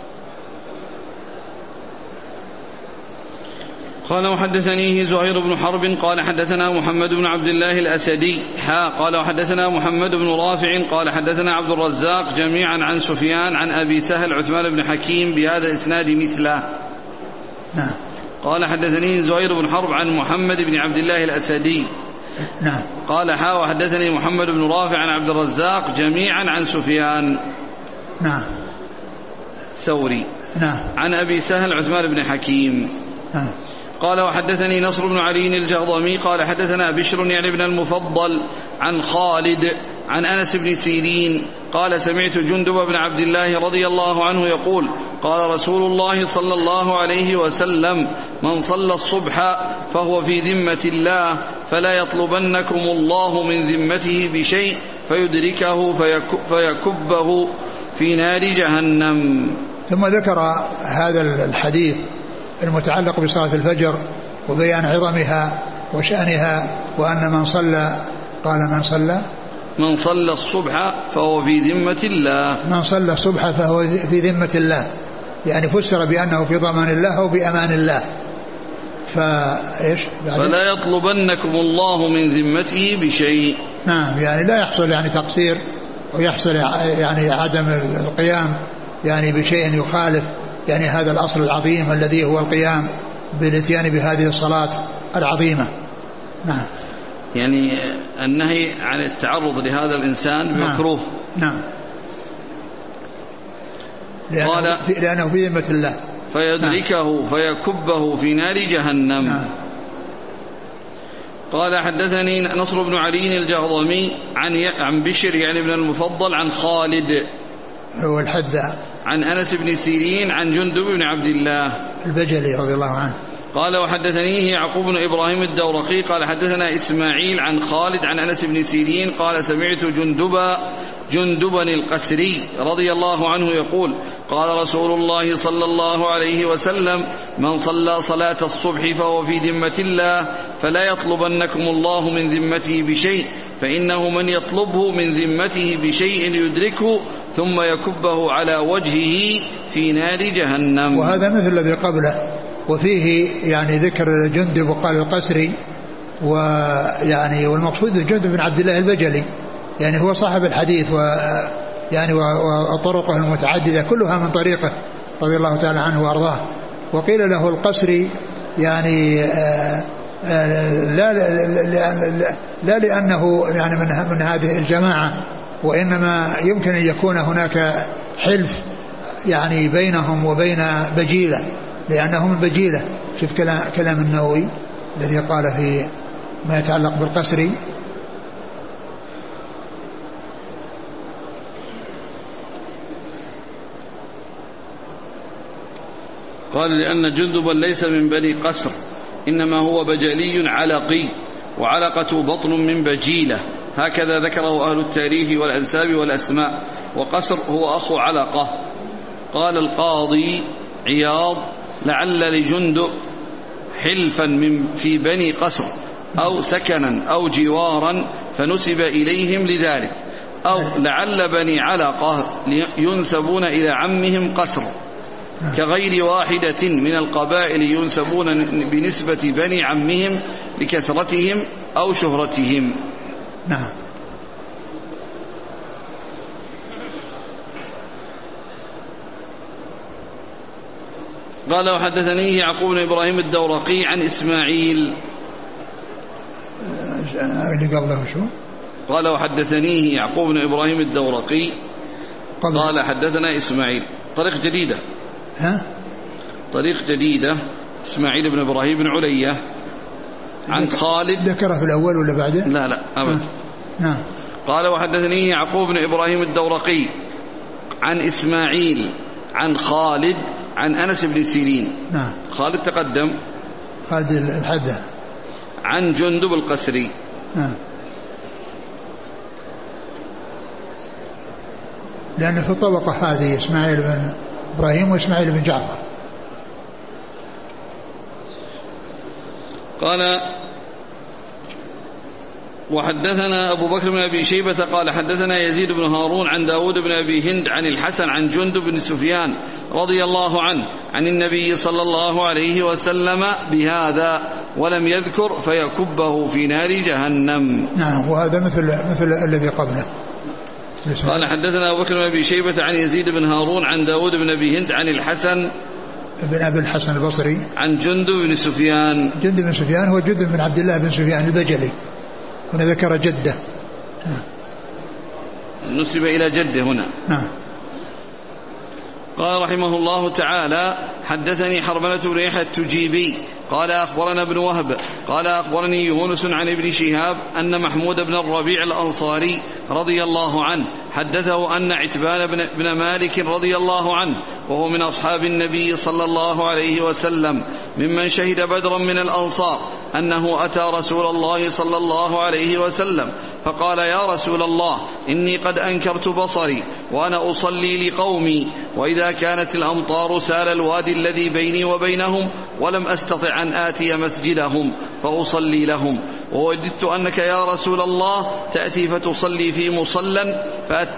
قال وحدثنيه زهير بن حرب قال حدثنا محمد بن عبد الله الأسدي قال وحدثنا محمد بن رافع قال حدثنا عبد الرزاق جميعا عن سفيان عن أبي سهل عثمان بن حكيم بهذا الإسناد مثله. نعم. قال حدثني زهير بن حرب عن محمد بن عبد الله الأسدي. نعم. قال وحدثني محمد بن رافع عن عبد الرزاق جميعا عن سفيان. نعم. ثوري. نعم. عن أبي سهل عثمان بن حكيم. نعم. قال وحدثني نصر بن علي الجهضمي قال حدثنا بشر يعني بن المفضل عن خالد عن أنس بن سيرين قال سمعت جندب بن عبد الله رضي الله عنه يقول قال رسول الله صلى الله عليه وسلم من صلى الصبح فهو في ذمة الله فلا يطلبنكم الله من ذمته بشيء فيدركه فيكبه في نار جهنم. ثم ذكر هذا الحديث المتعلق بصلاة الفجر وبيان عظمها وشأنها وأن من صلى قال من صلى الصبح فهو في ذمة الله. من صلى الصبح فهو في ذمة الله يعني فسر بأنه في ضمان الله أو بأمان الله. فلا يطلبنكم الله من ذمته بشيء. نعم يعني لا يحصل يعني تقصير ويحصل يعني عدم القيام يعني بشيء يخالف يعني هذا الأصل العظيم الذي هو القيام بالاتيان بهذه الصلاة العظيمة. نعم. يعني النهي عن التعرض لهذا الإنسان مكروه. نعم. لأنه في ذمة الله فيدركه. نعم. فيكبه في نار جهنم. نعم. قال حدثني نصر بن علي الجهضمي عن بشر يعني بن المفضل عن خالد هو الحذاء عن أنس بن سيرين عن جندب بن عبد الله البجلي رضي الله عنه. قال وحدثنيه يعقوب بن إبراهيم الدورقي قال حدثنا إسماعيل عن خالد عن أنس بن سيرين قال سمعت جندبا القسري رضي الله عنه يقول قال رسول الله صلى الله عليه وسلم من صلى صلاة الصبح فهو في ذمة الله فلا يطلبنكم الله من ذمته بشيء فإنه من يطلبه من ذمته بشيء يدركه ثم يكبه على وجهه في نار جهنم. وهذا مثل الذي قبله وفيه يعني ذكر جندب وقال القسري ويعني والمقصود جندب بن عبد الله البجلي يعني هو صاحب الحديث ويعني وطرقه المتعددة كلها من طريقه رضي الله تعالى عنه وأرضاه. وقيل له القسري يعني لا لأنه يعني من هذه الجماعة وإنما يمكن أن يكون هناك حلف يعني بينهم وبين بجيلة لأنه من بجيلة. شوف كلام النووي الذي قال في ما يتعلق بالقسري قال لأن جندبا ليس من بني قسر إنما هو بجلي علقي وعلقة بطن من بجيلة هكذا ذكره أهل التاريخ والأنساب والأسماء وقسر هو أخو علقة. قال القاضي عياض لعل لجندب حلفا في بني قسر أو سكنا أو جوارا فنسب إليهم لذلك أو لعل بني علقة ينسبون إلى عمهم قسر كغير واحدة من القبائل ينسبون بنسبة بني عمهم لكثرتهم أو شهرتهم. نعم. قال وحدثني يعقوب بن إبراهيم الدورقي عن إسماعيل اللي قبله شو قال وحدثنيه يعقوب بن إبراهيم الدورقي قال حدثنا إسماعيل طريق جديدة طريق جديدة إسماعيل بن إبراهيم بن علية عن خالد ذكره في الأول ولا بعده لا أبدا. نعم. قال وحدثني يعقوب بن إبراهيم الدورقي عن إسماعيل عن خالد عن أنس بن سيرين. نعم. خالد تقدم خالد الحذاء عن جندب القسري. نعم. لأن في الطبقة هذه إسماعيل بن إبراهيم وإسماعيل بن جعفر. قال وحدثنا أبو بكر بن أبي شيبة قال حدثنا يزيد بن هارون عن داود بن أبي هند عن الحسن عن جندب بن سفيان رضي الله عنه عن النبي صلى الله عليه وسلم بهذا ولم يذكر فيكبه في نار جهنم. نعم. وهذا مثل الذي قبله. قال حدثنا أبو بكر بن أبي شيبة عن يزيد بن هارون عن داود بن أبي هند عن الحسن بن أبي الحسن البصري عن جندب بن سفيان. جندب بن سفيان هو جندب بن عبد الله بن سفيان البجلي، هنا ذكر جده، نسب إلى جده هنا. قال رحمه الله تعالى حدثني حرملة بن يحيى التجيبي قال أخبرنا ابن وهب قال أخبرني يونس عن ابن شهاب أن محمود بن الربيع الأنصاري رضي الله عنه حدثه أن عتبان بن مالك رضي الله عنه وهو من أصحاب النبي صلى الله عليه وسلم ممن شهد بدرا من الأنصار أنه أتى رسول الله صلى الله عليه وسلم فقال يا رسول الله إني قد أنكرت بصري وأنا أصلي لقومي وإذا كانت الأمطار سال الوادي الذي بيني وبينهم ولم أستطع أن آتي مسجدهم فأصلي لهم ووددت أنك يا رسول الله تأتي فتصلي في مصلى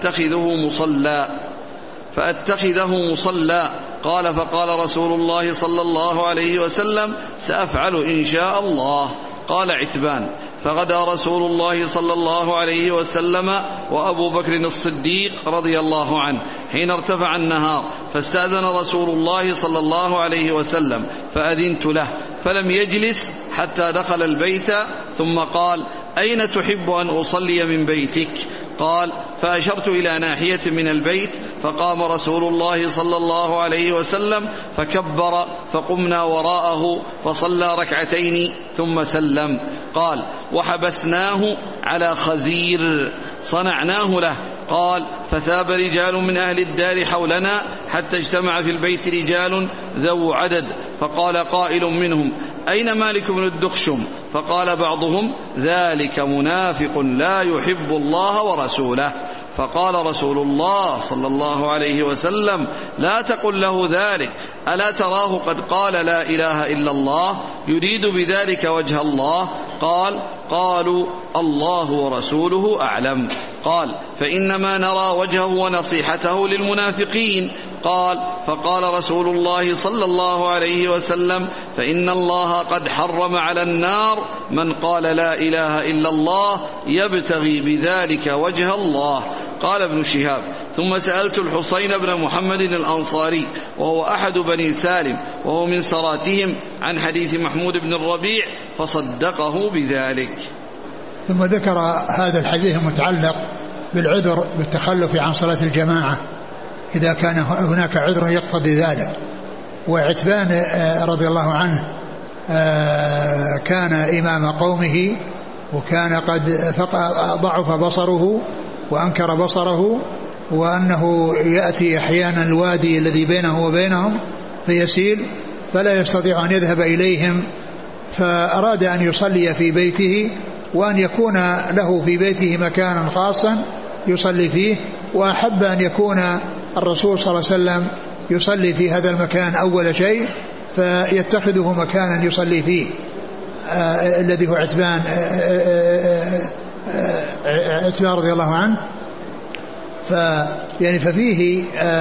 فأتخذه مصلى قال فقال رسول الله صلى الله عليه وسلم سأفعل إن شاء الله. قال عتبان فغدا رسول الله صلى الله عليه وسلم وأبو بكر الصديق رضي الله عنه حين ارتفع النهار فاستأذن رسول الله صلى الله عليه وسلم فأذنت له فلم يجلس حتى دخل البيت ثم قال أين تحب أن أصلي من بيتك؟ قال فأشرت إلى ناحية من البيت فقام رسول الله صلى الله عليه وسلم فكبر فقمنا وراءه فصلى ركعتين ثم سلم. قال وحبسناه على خزير صنعناه له. قال فثاب رجال من أهل الدار حولنا حتى اجتمع في البيت رجال ذو عدد فقال قائل منهم أين مالك بن الدخشم؟ فقال بعضهم ذلك منافق لا يحب الله ورسوله. فقال رسول الله صلى الله عليه وسلم لا تقل له ذلك ألا تراه قد قال لا إله إلا الله يريد بذلك وجه الله؟ قالوا الله ورسوله أعلم. قال فإنما نرى وجهه ونصيحته للمنافقين. قال فقال رسول الله صلى الله عليه وسلم فإن الله قد حرم على النار من قال لا إله إلا الله يبتغي بذلك وجه الله. قال ابن شهاب ثم سألت الحسين بن محمد الأنصاري وهو أحد بني سالم وهو من سراتهم عن حديث محمود بن الربيع فصدقه بذلك. ثم ذكر هذا الحديث المتعلق بالعذر بالتخلف عن صلاة الجماعة إذا كان هناك عذر يقتضي ذلك. وعتبان رضي الله عنه كان إمام قومه وكان قد ضعف بصره وأنكر بصره وأنه يأتي أحيانا الوادي الذي بينه وبينهم فيسيل فلا يستطيع أن يذهب إليهم فأراد أن يصلي في بيته وأن يكون له في بيته مكانا خاصا يصلي فيه وأحب أن يكون الرسول صلى الله عليه وسلم يصلي في هذا المكان أول شيء فيتخذه مكانا يصلي فيه الذي هو عتبان رضي الله عنه. ففيه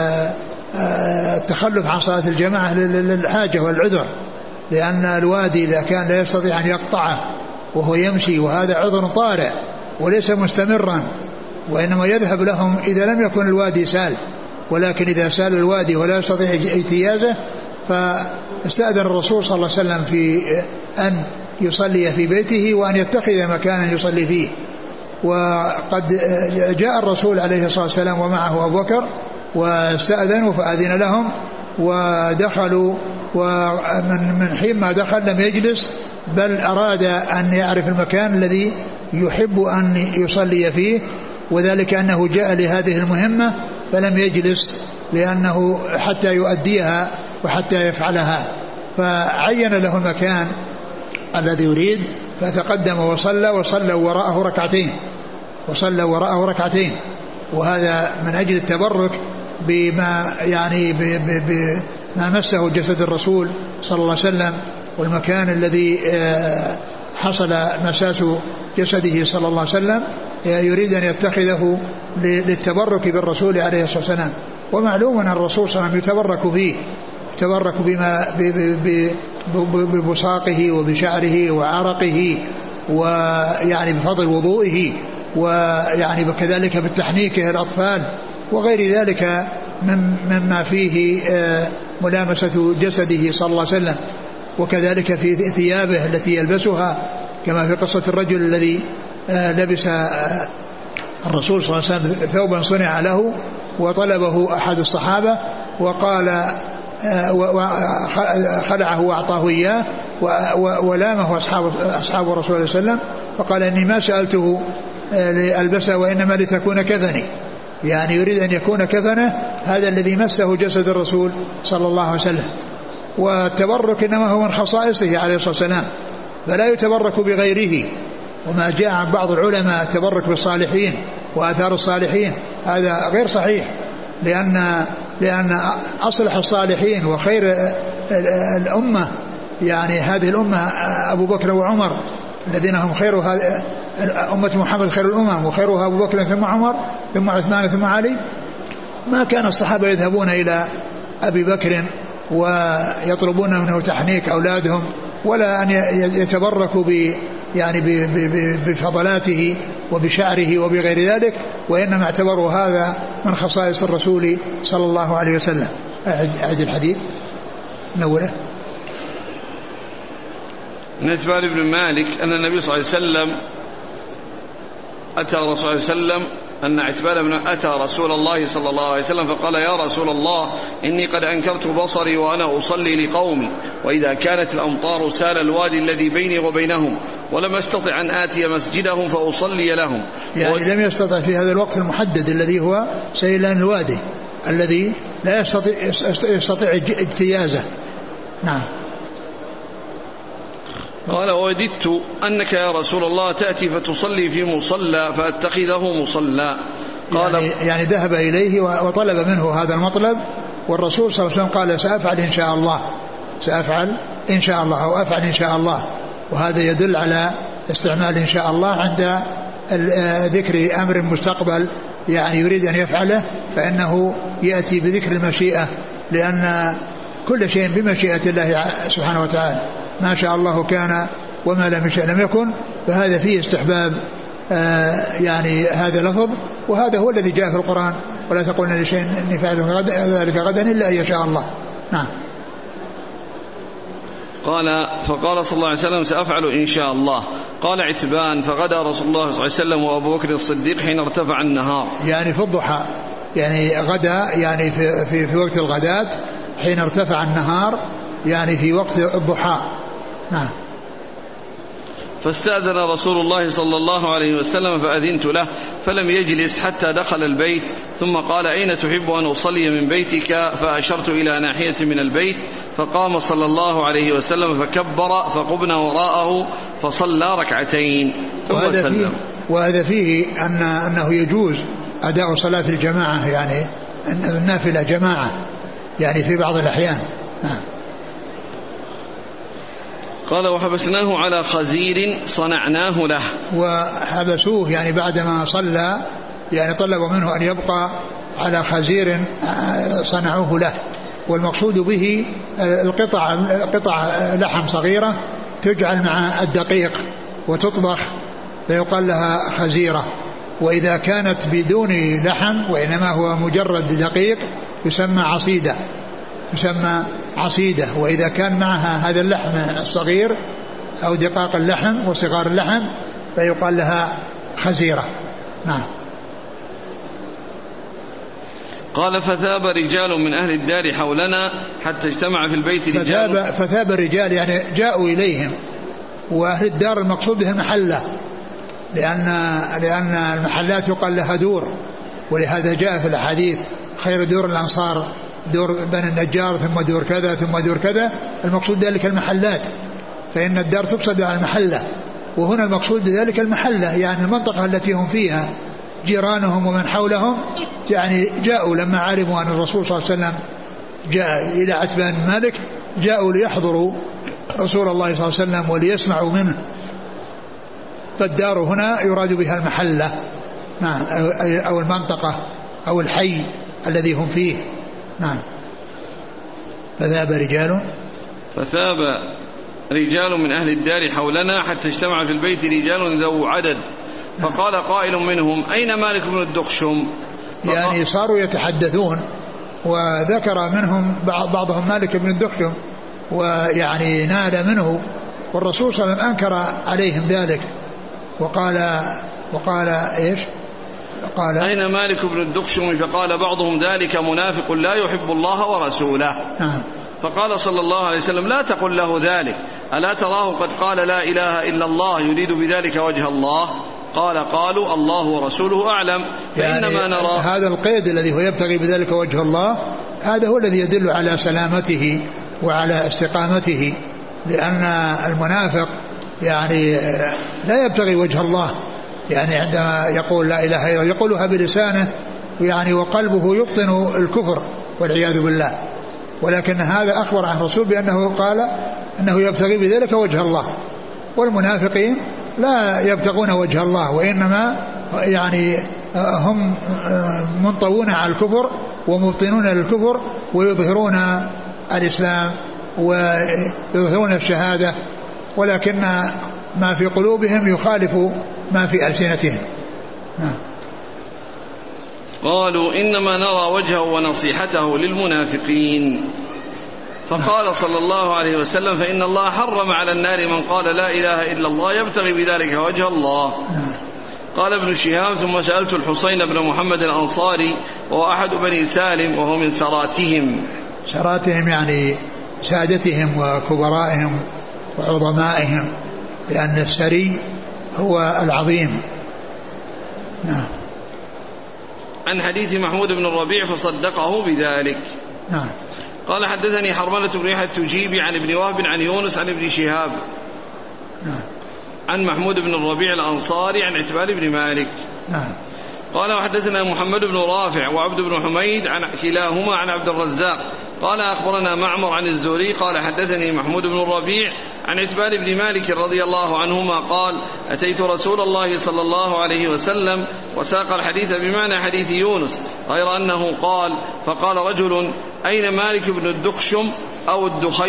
التخلف عن صلاة الجماعة للحاجة والعذر لأن الوادي إذا كان لا يستطيع أن يقطعه وهو يمشي وهذا عذر طارئ وليس مستمرا وإنما يذهب لهم إذا لم يكن الوادي سال ولكن إذا سال الوادي ولا يستطيع اجتيازه فاستأذن الرسول صلى الله عليه وسلم في أن يصلي في بيته وأن يتخذ مكانا يصلي فيه. وقد جاء الرسول عليه الصلاة والسلام ومعه أبو بكر واستأذنوا فأذن لهم ودخلوا ومن حين ما دخل لم يجلس بل أراد أن يعرف المكان الذي يحب أن يصلي فيه وذلك أنه جاء لهذه المهمة فلم يجلس لأنه حتى يؤديها وحتى يفعلها فعين له المكان الذي يريد فتقدم وصلى وراءه ركعتين وهذا من أجل التبرك بما بما مسه جسد الرسول صلى الله عليه وسلم والمكان الذي حصل مساس جسده صلى الله عليه وسلم يريد أن يتخذه للتبرك بالرسول عليه الصلاة والسلام. ومعلوم أن الرسول صلى الله عليه وسلم يتبرك فيه يتبرك ببصاقه وبشعره وعرقه، ويعني بفضل وضوئه، ويعني كذلك بالتحنيكه الأطفال وغير ذلك مما فيه ملامسة جسده صلى الله عليه وسلم. وكذلك في ثيابه التي يلبسها، كما في قصة الرجل الذي لبس الرسول صلى الله عليه وسلم ثوبا صنع له، وطلبه أحد الصحابة وقال خلعه وأعطاه إياه، ولامه أصحاب الرسول صلى الله عليه وسلم، فقال إني ما سألته لألبسه وإنما لتكون كفني، يعني يريد أن يكون كفنه هذا الذي مسه جسد الرسول صلى الله عليه وسلم. والتبرك إنما هو من خصائصه عليه الصلاة والسلام، فلا يتبرك بغيره. وما جاء عن بعض العلماء التبرك بالصالحين وآثار الصالحين هذا غير صحيح، لأن أصلح الصالحين وخير الأمة، يعني هذه الأمة أبو بكر وعمر الذين هم خير أمة محمد خير الأمم، وخيرها أبو بكر ثم عمر ثم عثمان ثم علي. ما كان الصحابة يذهبون إلى أبي بكر ويطلبون منه تحنيك أولادهم، ولا أن يتبركوا يعني بفضلاته وبشعره وبغير ذلك، وإنما اعتبروا هذا من خصائص الرسول صلى الله عليه وسلم. أعد الحديث نوله. من عتبان بن مالك أن النبي صلى الله عليه وسلم أتى رسول الله أن عتبان بن أتى رسول الله صلى الله عليه وسلم فقال يا رسول الله إني قد أنكرت بصري وأنا أصلي لقومي، وإذا كانت الأمطار سال الوادي الذي بيني وبينهم، ولم أستطع أن آتي مسجدهم فأصلي لهم. يعني لم يستطع في هذا الوقت المحدد الذي هو سيلان الوادي الذي لا يستطيع اجتيازه. نعم. قال ووددت أنك يا رسول الله تأتي فتصلي في مصلى فأتخذه مصلى. قال يعني ذهب إليه وطلب منه هذا المطلب، والرسول صلى الله عليه وسلم قال سأفعل إن شاء الله، سأفعل إن شاء الله أو أفعل إن شاء الله. وهذا يدل على استعمال إن شاء الله عند ذكر أمر مستقبل يعني يريد أن يفعله، فإنه يأتي بذكر المشيئة، لأن كل شيء بمشيئة الله سبحانه وتعالى، ما شاء الله كان وما لم يشاء لم يكن. فهذا فيه استحباب يعني هذا لفظ، وهذا هو الذي جاء في القرآن ولا تقولن لشيء إني فاعل ذلك غدا إلا أن يشاء الله. نعم. قال فقال صلى الله عليه وسلم سأفعل إن شاء الله. قال عتبان فغدا رسول الله صلى الله عليه وسلم وأبو بكر الصديق حين ارتفع النهار، يعني في الضحى، يعني غدا يعني في وقت الغداة حين ارتفع النهار، يعني في وقت الضحى. نعم. فاستأذن رسول الله صلى الله عليه وسلم فأذنت له فلم يجلس حتى دخل البيت، ثم قال أين تحب أن أصلي من بيتك؟ فأشرت إلى ناحية من البيت، فقام صلى الله عليه وسلم فكبر فقمنا وراءه فصلى ركعتين ثم سلم. وهذا فيه أنه يجوز أداء صلاة الجماعة، يعني النافلة جماعة يعني في بعض الأحيان. نعم. قال وحبسناه على خزير صنعناه له، وحبسوه يعني بعدما صلى يعني طلبوا منه أن يبقى على خزير صنعوه له، والمقصود به قطع لحم صغيرة تجعل مع الدقيق وتطبخ فيقال لها خزيرة. وإذا كانت بدون لحم وإنما هو مجرد دقيق يسمى عصيدة. وإذا كان معها هذا اللحم الصغير أو دقاق اللحم وصغار اللحم فيقال لها خزيرة. نعم. قال فثاب رجال من أهل الدار حولنا حتى اجتمع في البيت رجال. فثاب الرجال يعني جاءوا إليهم، وأهل الدار المقصود بها محلة، لأن المحلات يقال لها دور، ولهذا جاء في الحديث خير دور الأنصار دور بني النجار ثم دور كذا ثم دور كذا. المقصود ذلك المحلات، فإن الدار تقصد على المحلة، وهنا المقصود بذلك المحلة يعني المنطقة التي هم فيها، جيرانهم ومن حولهم يعني جاءوا لما علموا أن الرسول صلى الله عليه وسلم جاء إلى عتبان مالك، جاءوا ليحضروا رسول الله صلى الله عليه وسلم وليسمعوا منه. فالدار هنا يراد بها المحلة أو المنطقة أو الحي الذي هم فيه. نعم. فثاب رجال من أهل الدار حولنا حتى اجتمع في البيت رجال ذو عدد، فقال قائل منهم: أين مالك بن الدخشم؟ يعني صاروا يتحدثون، وذكر منهم بعضهم مالك بن الدخشم، ويعني نال منه، والرسول صلى الله عليه وسلم أنكر عليهم ذلك وقال إيش؟ قال: أين مالك بن الدخشم؟ فقال بعضهم: ذلك منافق لا يحب الله ورسوله. فقال صلى الله عليه وسلم: لا تقل له ذلك، ألا تراه قد قال لا إله إلا الله يريد بذلك وجه الله؟ قالوا: الله ورسوله أعلم. فإنما يعني نرى هذا القيد الذي هو يبتغي بذلك وجه الله، هذا هو الذي يدل على سلامته وعلى استقامته، لأن المنافق يعني لا يبتغي وجه الله، يعني عندما يقول لا إله إلا الله يقولها بلسانه يعني وقلبه يبطن الكفر والعياذ بالله، ولكن هذا أخبر عن الرسول بأنه قال أنه يبتغي بذلك وجه الله، والمنافقين لا يبتغون وجه الله، وإنما يعني هم منطوون على الكفر ومبطنون للكفر، ويظهرون الإسلام ويظهرون الشهادة، ولكن ما في قلوبهم يخالف ما في ألسنتهم. قالوا: إنما نرى وجهه ونصيحته للمنافقين. فقال صلى الله عليه وسلم: فإن الله حرم على النار من قال لا إله إلا الله يبتغي بذلك وجه الله. قال ابن شهاب: ثم سألت الحسين بن محمد الأنصاري وهو أحد بني سالم وهو من سراتهم يعني سادتهم وكبرائهم وعظمائهم، لأن السري هو العظيم. عن حديث محمود بن الربيع فصدقه بذلك. قال: حدثني حرملة بن يحيى التجيبي عن ابن وهب عن يونس عن ابن شهاب عن محمود بن الربيع الأنصاري عن عتبان بن مالك. قال: وحدثنا محمد بن رافع وعبد بن حميد عن كلاهما عن عبد الرزاق قال: أخبرنا معمر عن الزهري قال: حدثني محمود بن الربيع عن عتبان بن مالك رضي الله عنهما قال: أتيت رسول الله صلى الله عليه وسلم وساق الحديث بمعنى حديث يونس، غير أنه قال: فقال رجل: أين مالك بن الدخشم أو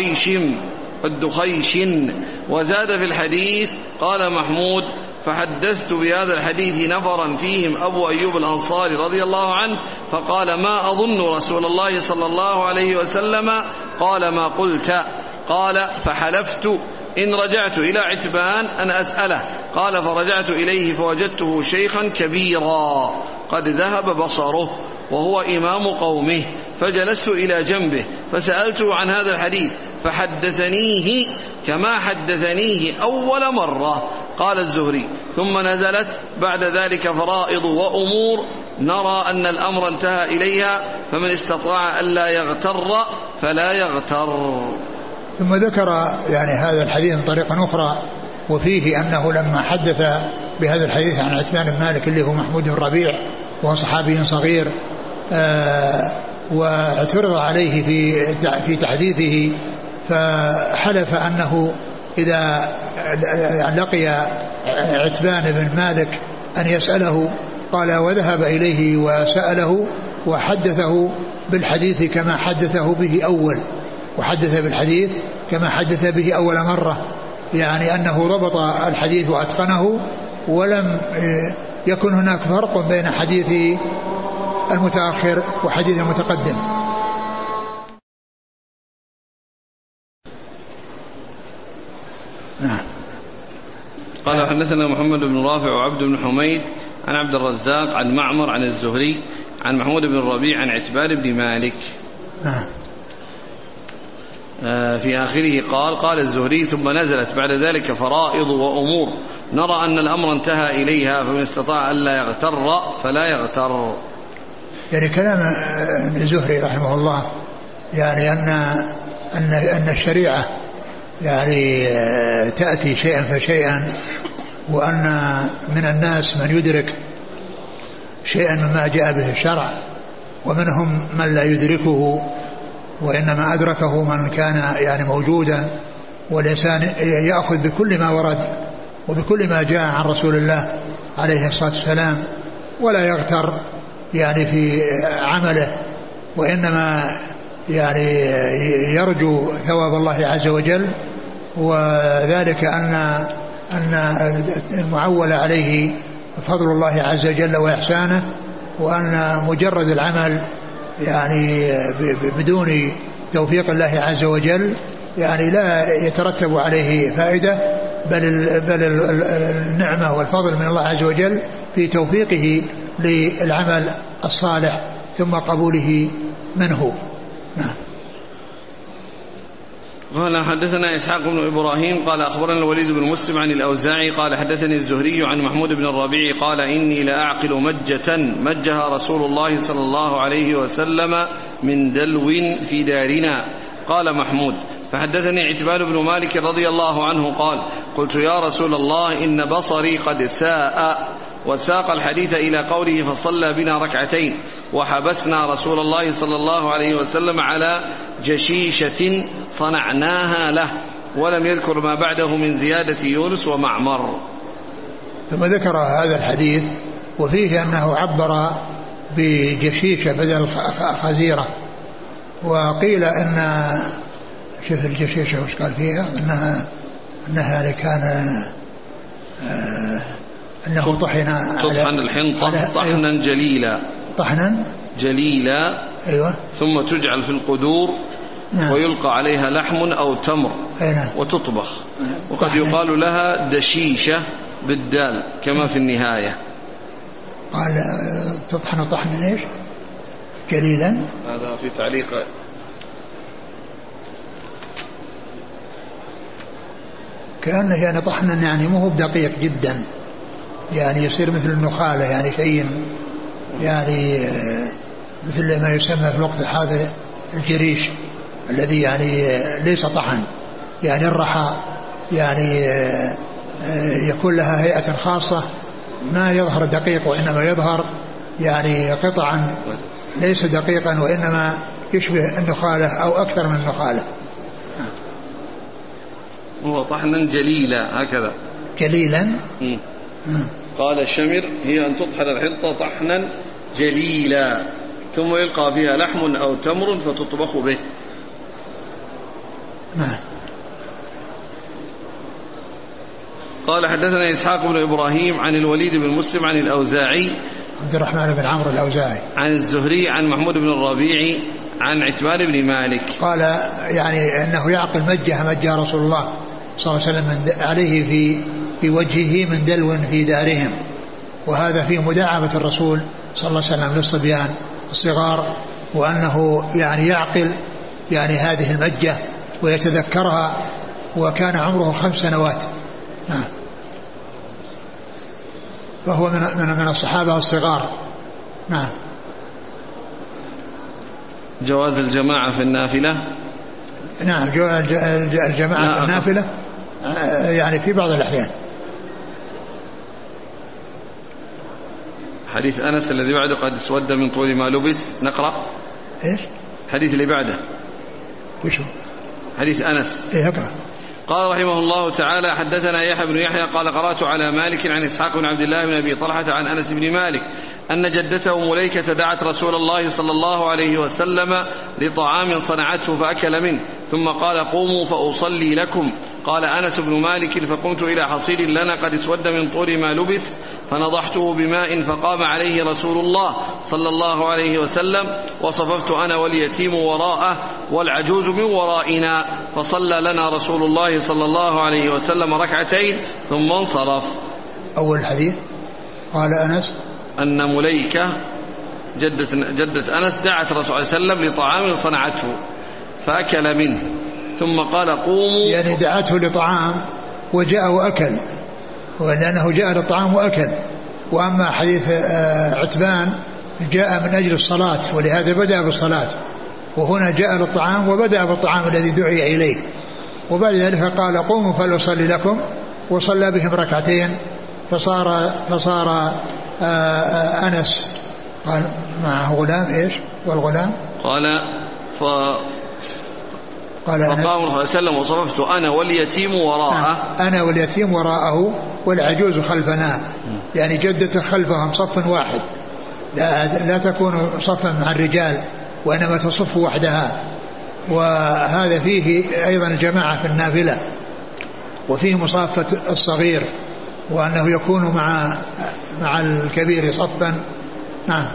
الدخيشن؟ وزاد في الحديث: قال محمود: فحدثت بهذا الحديث نفرا فيهم أبو أيوب الأنصاري رضي الله عنه، فقال: ما أظن رسول الله صلى الله عليه وسلم قال ما قلت. قال: فحلفت إن رجعت إلى عتبان أن أسأله. قال: فرجعت إليه فوجدته شيخا كبيرا قد ذهب بصره وهو إمام قومه، فجلست إلى جنبه فسألته عن هذا الحديث فحدثنيه كما حدثنيه أول مرة. قال الزهري: ثم نزلت بعد ذلك فرائض وأمور نرى أن الأمر انتهى إليها، فمن استطاع ألا يغتر فلا يغتر. ثم ذكر يعني هذا الحديث من طريقة أخرى، وفيه أنه لما حدث بهذا الحديث عن عتبان بن مالك اللي هو محمود بن الربيع وهو صحابي صغير، واعترض عليه في تحديثه، فحلف أنه إذا لقي عتبان بن مالك أن يسأله. قال: وذهب إليه وسأله وحدثه بالحديث كما حدثه به أول، وحدث بالحديث كما حدث به أول مرة، يعني أنه ضبط الحديث وأتقنه، ولم يكن هناك فرق بين حديث المتأخر وحديث المتقدم. قال: حدثنا محمد بن رافع وعبد بن حميد عن عبد الرزاق عن معمر عن الزهري عن محمود بن الربيع عن عتبان بن مالك. في آخره قال الزهري: ثم نزلت بعد ذلك فرائض وأمور نرى أن الأمر انتهى إليها، فمن استطاع ألا يغتر فلا يغتر. يعني كلام الزهري رحمه الله يعني أن الشريعة يعني تأتي شيئا فشيئا، وأن من الناس من يدرك شيئا مما جاء به الشرع، ومنهم من لا يدركه، وإنما أدركه من كان يعني موجودا. والإنسان يأخذ بكل ما ورد وبكل ما جاء عن رسول الله عليه الصلاة والسلام، ولا يغتر يعني في عمله، وإنما يعني يرجو ثواب الله عز وجل، وذلك أن المعول عليه فضل الله عز وجل وإحسانه، وأن مجرد العمل يعني بدون توفيق الله عز وجل يعني لا يترتب عليه فائدة، بل النعمة والفضل من الله عز وجل في توفيقه للعمل الصالح ثم قبوله منه. نعم. قال حدثنا إسحاق بن إبراهيم قال أخبرنا الوليد بن مسلم عن الأوزاعي قال حدثني الزهري عن محمود بن الربيع قال إني لأعقل مجة مجها رسول الله صلى الله عليه وسلم من دلو في دارنا. قال محمود فحدثني عتبان بن مالك رضي الله عنه قال قلت يا رسول الله إن بصري قد ساء، وساق الحديث إلى قوله فصلى بنا ركعتين وحبسنا رسول الله صلى الله عليه وسلم على جشيشة صنعناها له، ولم يذكر ما بعده من زيادة يونس ومعمر. ثم ذكر هذا الحديث وفيه أنه عبر بجشيشة بدل خزيرة، وقيل أن شوف الجشيشة وش قال فيها أنها كان أنه طحن الحنطة طحنا جليلا، طحنا جليلا أيوة، ثم تجعل في القدور نعم. ويلقى عليها لحم أو تمر نعم. وتطبخ، وقد يقال لها دشيشة بالدال كما في النهاية. قال تطحن طحنا إيش جليلا، هذا في تعليق كأنه يعني طحنا يعني مو بدقيق جدا، يعني يصير مثل النخالة، يعني شيء يعني مثل ما يسمى في الوقت هذا الجريش الذي يعني ليس طحن، يعني الرحى يعني يكون لها هيئة خاصة ما يظهر دقيق، وإنما يظهر يعني قطعا ليس دقيقا، وإنما يشبه النخالة أو أكثر من النخالة. هو طحنا جليلا هكذا جليلا. قال الشمر هي أن تطحن الحنطة طحنا جليلا ثم يلقى فيها لحم أو تمر فتطبخ به. قال حدثنا إسحاق بن إبراهيم عن الوليد بن مسلم عن الأوزاعي عبد الرحمن بن عمرو الأوزاعي عن الزهري عن محمود بن الربيع عن عتبان بن مالك قال يعني أنه يعقل مجه رسول الله صلى الله عليه وسلم عليه في وجهه من دلو في دارهم، وهذا فيه مداعبة الرسول صلى الله عليه وسلم للصبيان الصغار، وأنه يعني يعقل يعني هذه المجة ويتذكرها، وكان عمره 5 سنوات. فهو من الصحابة الصغار. نعم. جواز الجماعة في النافلة. نعم الجماعة في النافلة يعني في بعض الأحيان. حديث أنس الذي بعده قد اسود من طول ما لبس، نقرأ إيش حديث اللي بعده وشو حديث أنس. إيه اقرأ. قال رحمه الله تعالى حدثنا يحيى بن يحيى قال قرأت على مالك عن إسحاق بن عبد الله بن أبي طلحة عن أنس بن مالك أن جدته مليكة دعت رسول الله صلى الله عليه وسلم لطعام صنعته فأكل منه، ثم قال قوموا فأصلي لكم. قال أنس بن مالك فقمت إلى حصير لنا قد اسود من طول ما لبث فنضحته بماء فقام عليه رسول الله صلى الله عليه وسلم، وصففت أنا واليتيم وراءه والعجوز من ورائنا، فصلى لنا رسول الله صلى الله عليه وسلم ركعتين ثم انصرف. أول الحديث قال أنس أن مليكة جدة أنس دعت رسول الله صلى الله عليه وسلم لطعام صنعته فأكل منه، ثم قال قوموا، يعني دعته لطعام وجاء وأكل، ولأنه جاء للطعام وأكل. وأما حديث عتبان جاء من أجل الصلاة، ولهذا بدأ بالصلاة، وهنا جاء للطعام وبدأ بالطعام الذي دعي إليه، وبعد ذلك قال قوموا فلأصلي لكم، وصلى بهم ركعتين. فصار أنس قال معه غلام إيش، والغلام قال فقام صلى الله عليه وسلم وصففت أنا واليتيم وراءه، أنا واليتيم وراءه والعجوز خلفنا، يعني جدته خلفهم صف واحد، لا تكون صفا مع الرجال، وإنما تصف وحدها، وهذا فيه أيضا الجماعة في النافلة، وفيه مصافة الصغير، وأنه يكون مع الكبير صفا. نعم.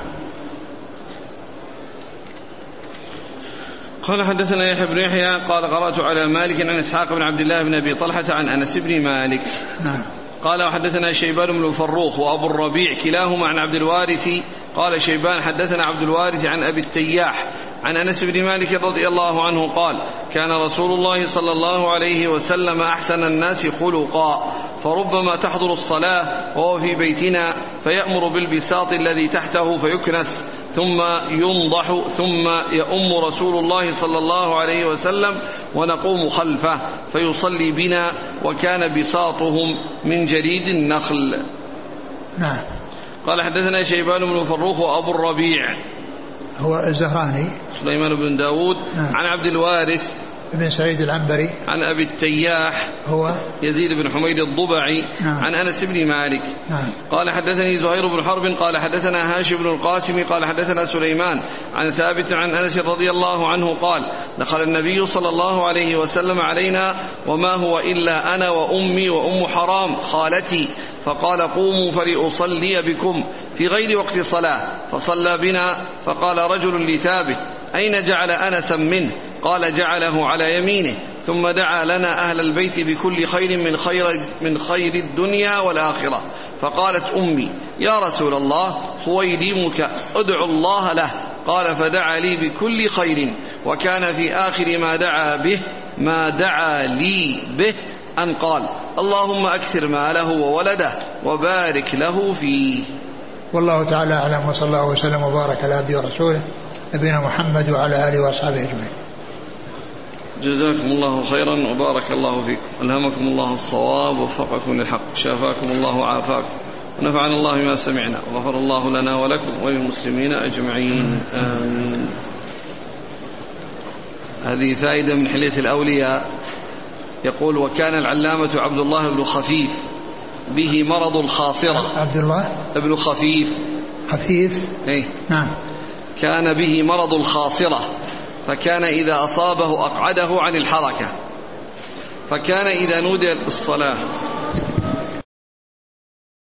قال حدثنا يحيى بن يحيى قال قرأت على مالك عن إسحاق بن عبد الله بن أبي طلحة عن أنس بن مالك. نعم. قال وحدثنا شيبان بن الفروخ وأبو الربيع كلاهما عن عبد الوارث. قال شيبان حدثنا عبد الوارث عن أبي التياح عن أنس بن مالك رضي الله عنه قال كان رسول الله صلى الله عليه وسلم أحسن الناس خلقا، فربما تحضر الصلاة وهو في بيتنا فيأمر بالبساط الذي تحته فيكنس ثم ينضح ثم يؤم رسول الله صلى الله عليه وسلم ونقوم خلفه فيصلي بنا، وكان بساطهم من جريد النخل. نعم. قال حدثنا شيبان بن فروخ وأبو الربيع هو الزهراني سليمان بن داود. نعم. عن عبد الوارث بن سعيد العنبري عن أبي التياح هو يزيد بن حميد الضبعي. نعم. عن أنس بن مالك. نعم. قال حدثني زهير بن حرب قال حدثنا هاشم بن القاسم قال حدثنا سليمان عن ثابت عن أنس رضي الله عنه قال دخل النبي صلى الله عليه وسلم علينا وما هو إلا أنا وأمي وأم حرام خالتي، فقال قوموا فلأصلي بكم في غير وقت صلاة، فصلى بنا. فقال رجل لثابت أين جعل أنسا منه؟ قال جعله على يمينه، ثم دعا لنا أهل البيت بكل خير من خير الدنيا والآخرة. فقالت أمي يا رسول الله خويدمك ادعو الله له. قال فدعا لي بكل خير، وكان في آخر ما دعا لي به أن قال اللهم أكثر ماله وولده وبارك له فيه. والله تعالى أعلم، وصلى الله وسلم وبارك على عبده ورسوله نبينا محمد وعلى آله وأصحابه أجمعين. جزاكم الله خيرا وبارك الله فيكم، ألهمكم الله الصواب ووفقكم للحق، شافاكم الله وعافاكم، ونفعنا الله بما سمعنا، وغفر الله لنا ولكم وللمسلمين أجمعين، آمين. هذه فائدة من حلية الأولياء. يقول وكان العلامة عبد الله بن خفيف به مرض الخاصرة. عبد الله بن خفيف إيه؟ نعم. كان به مرض الخاصرة، فكان إذا أصابه أقعده عن الحركة، فكان إذا نودي بالصلاة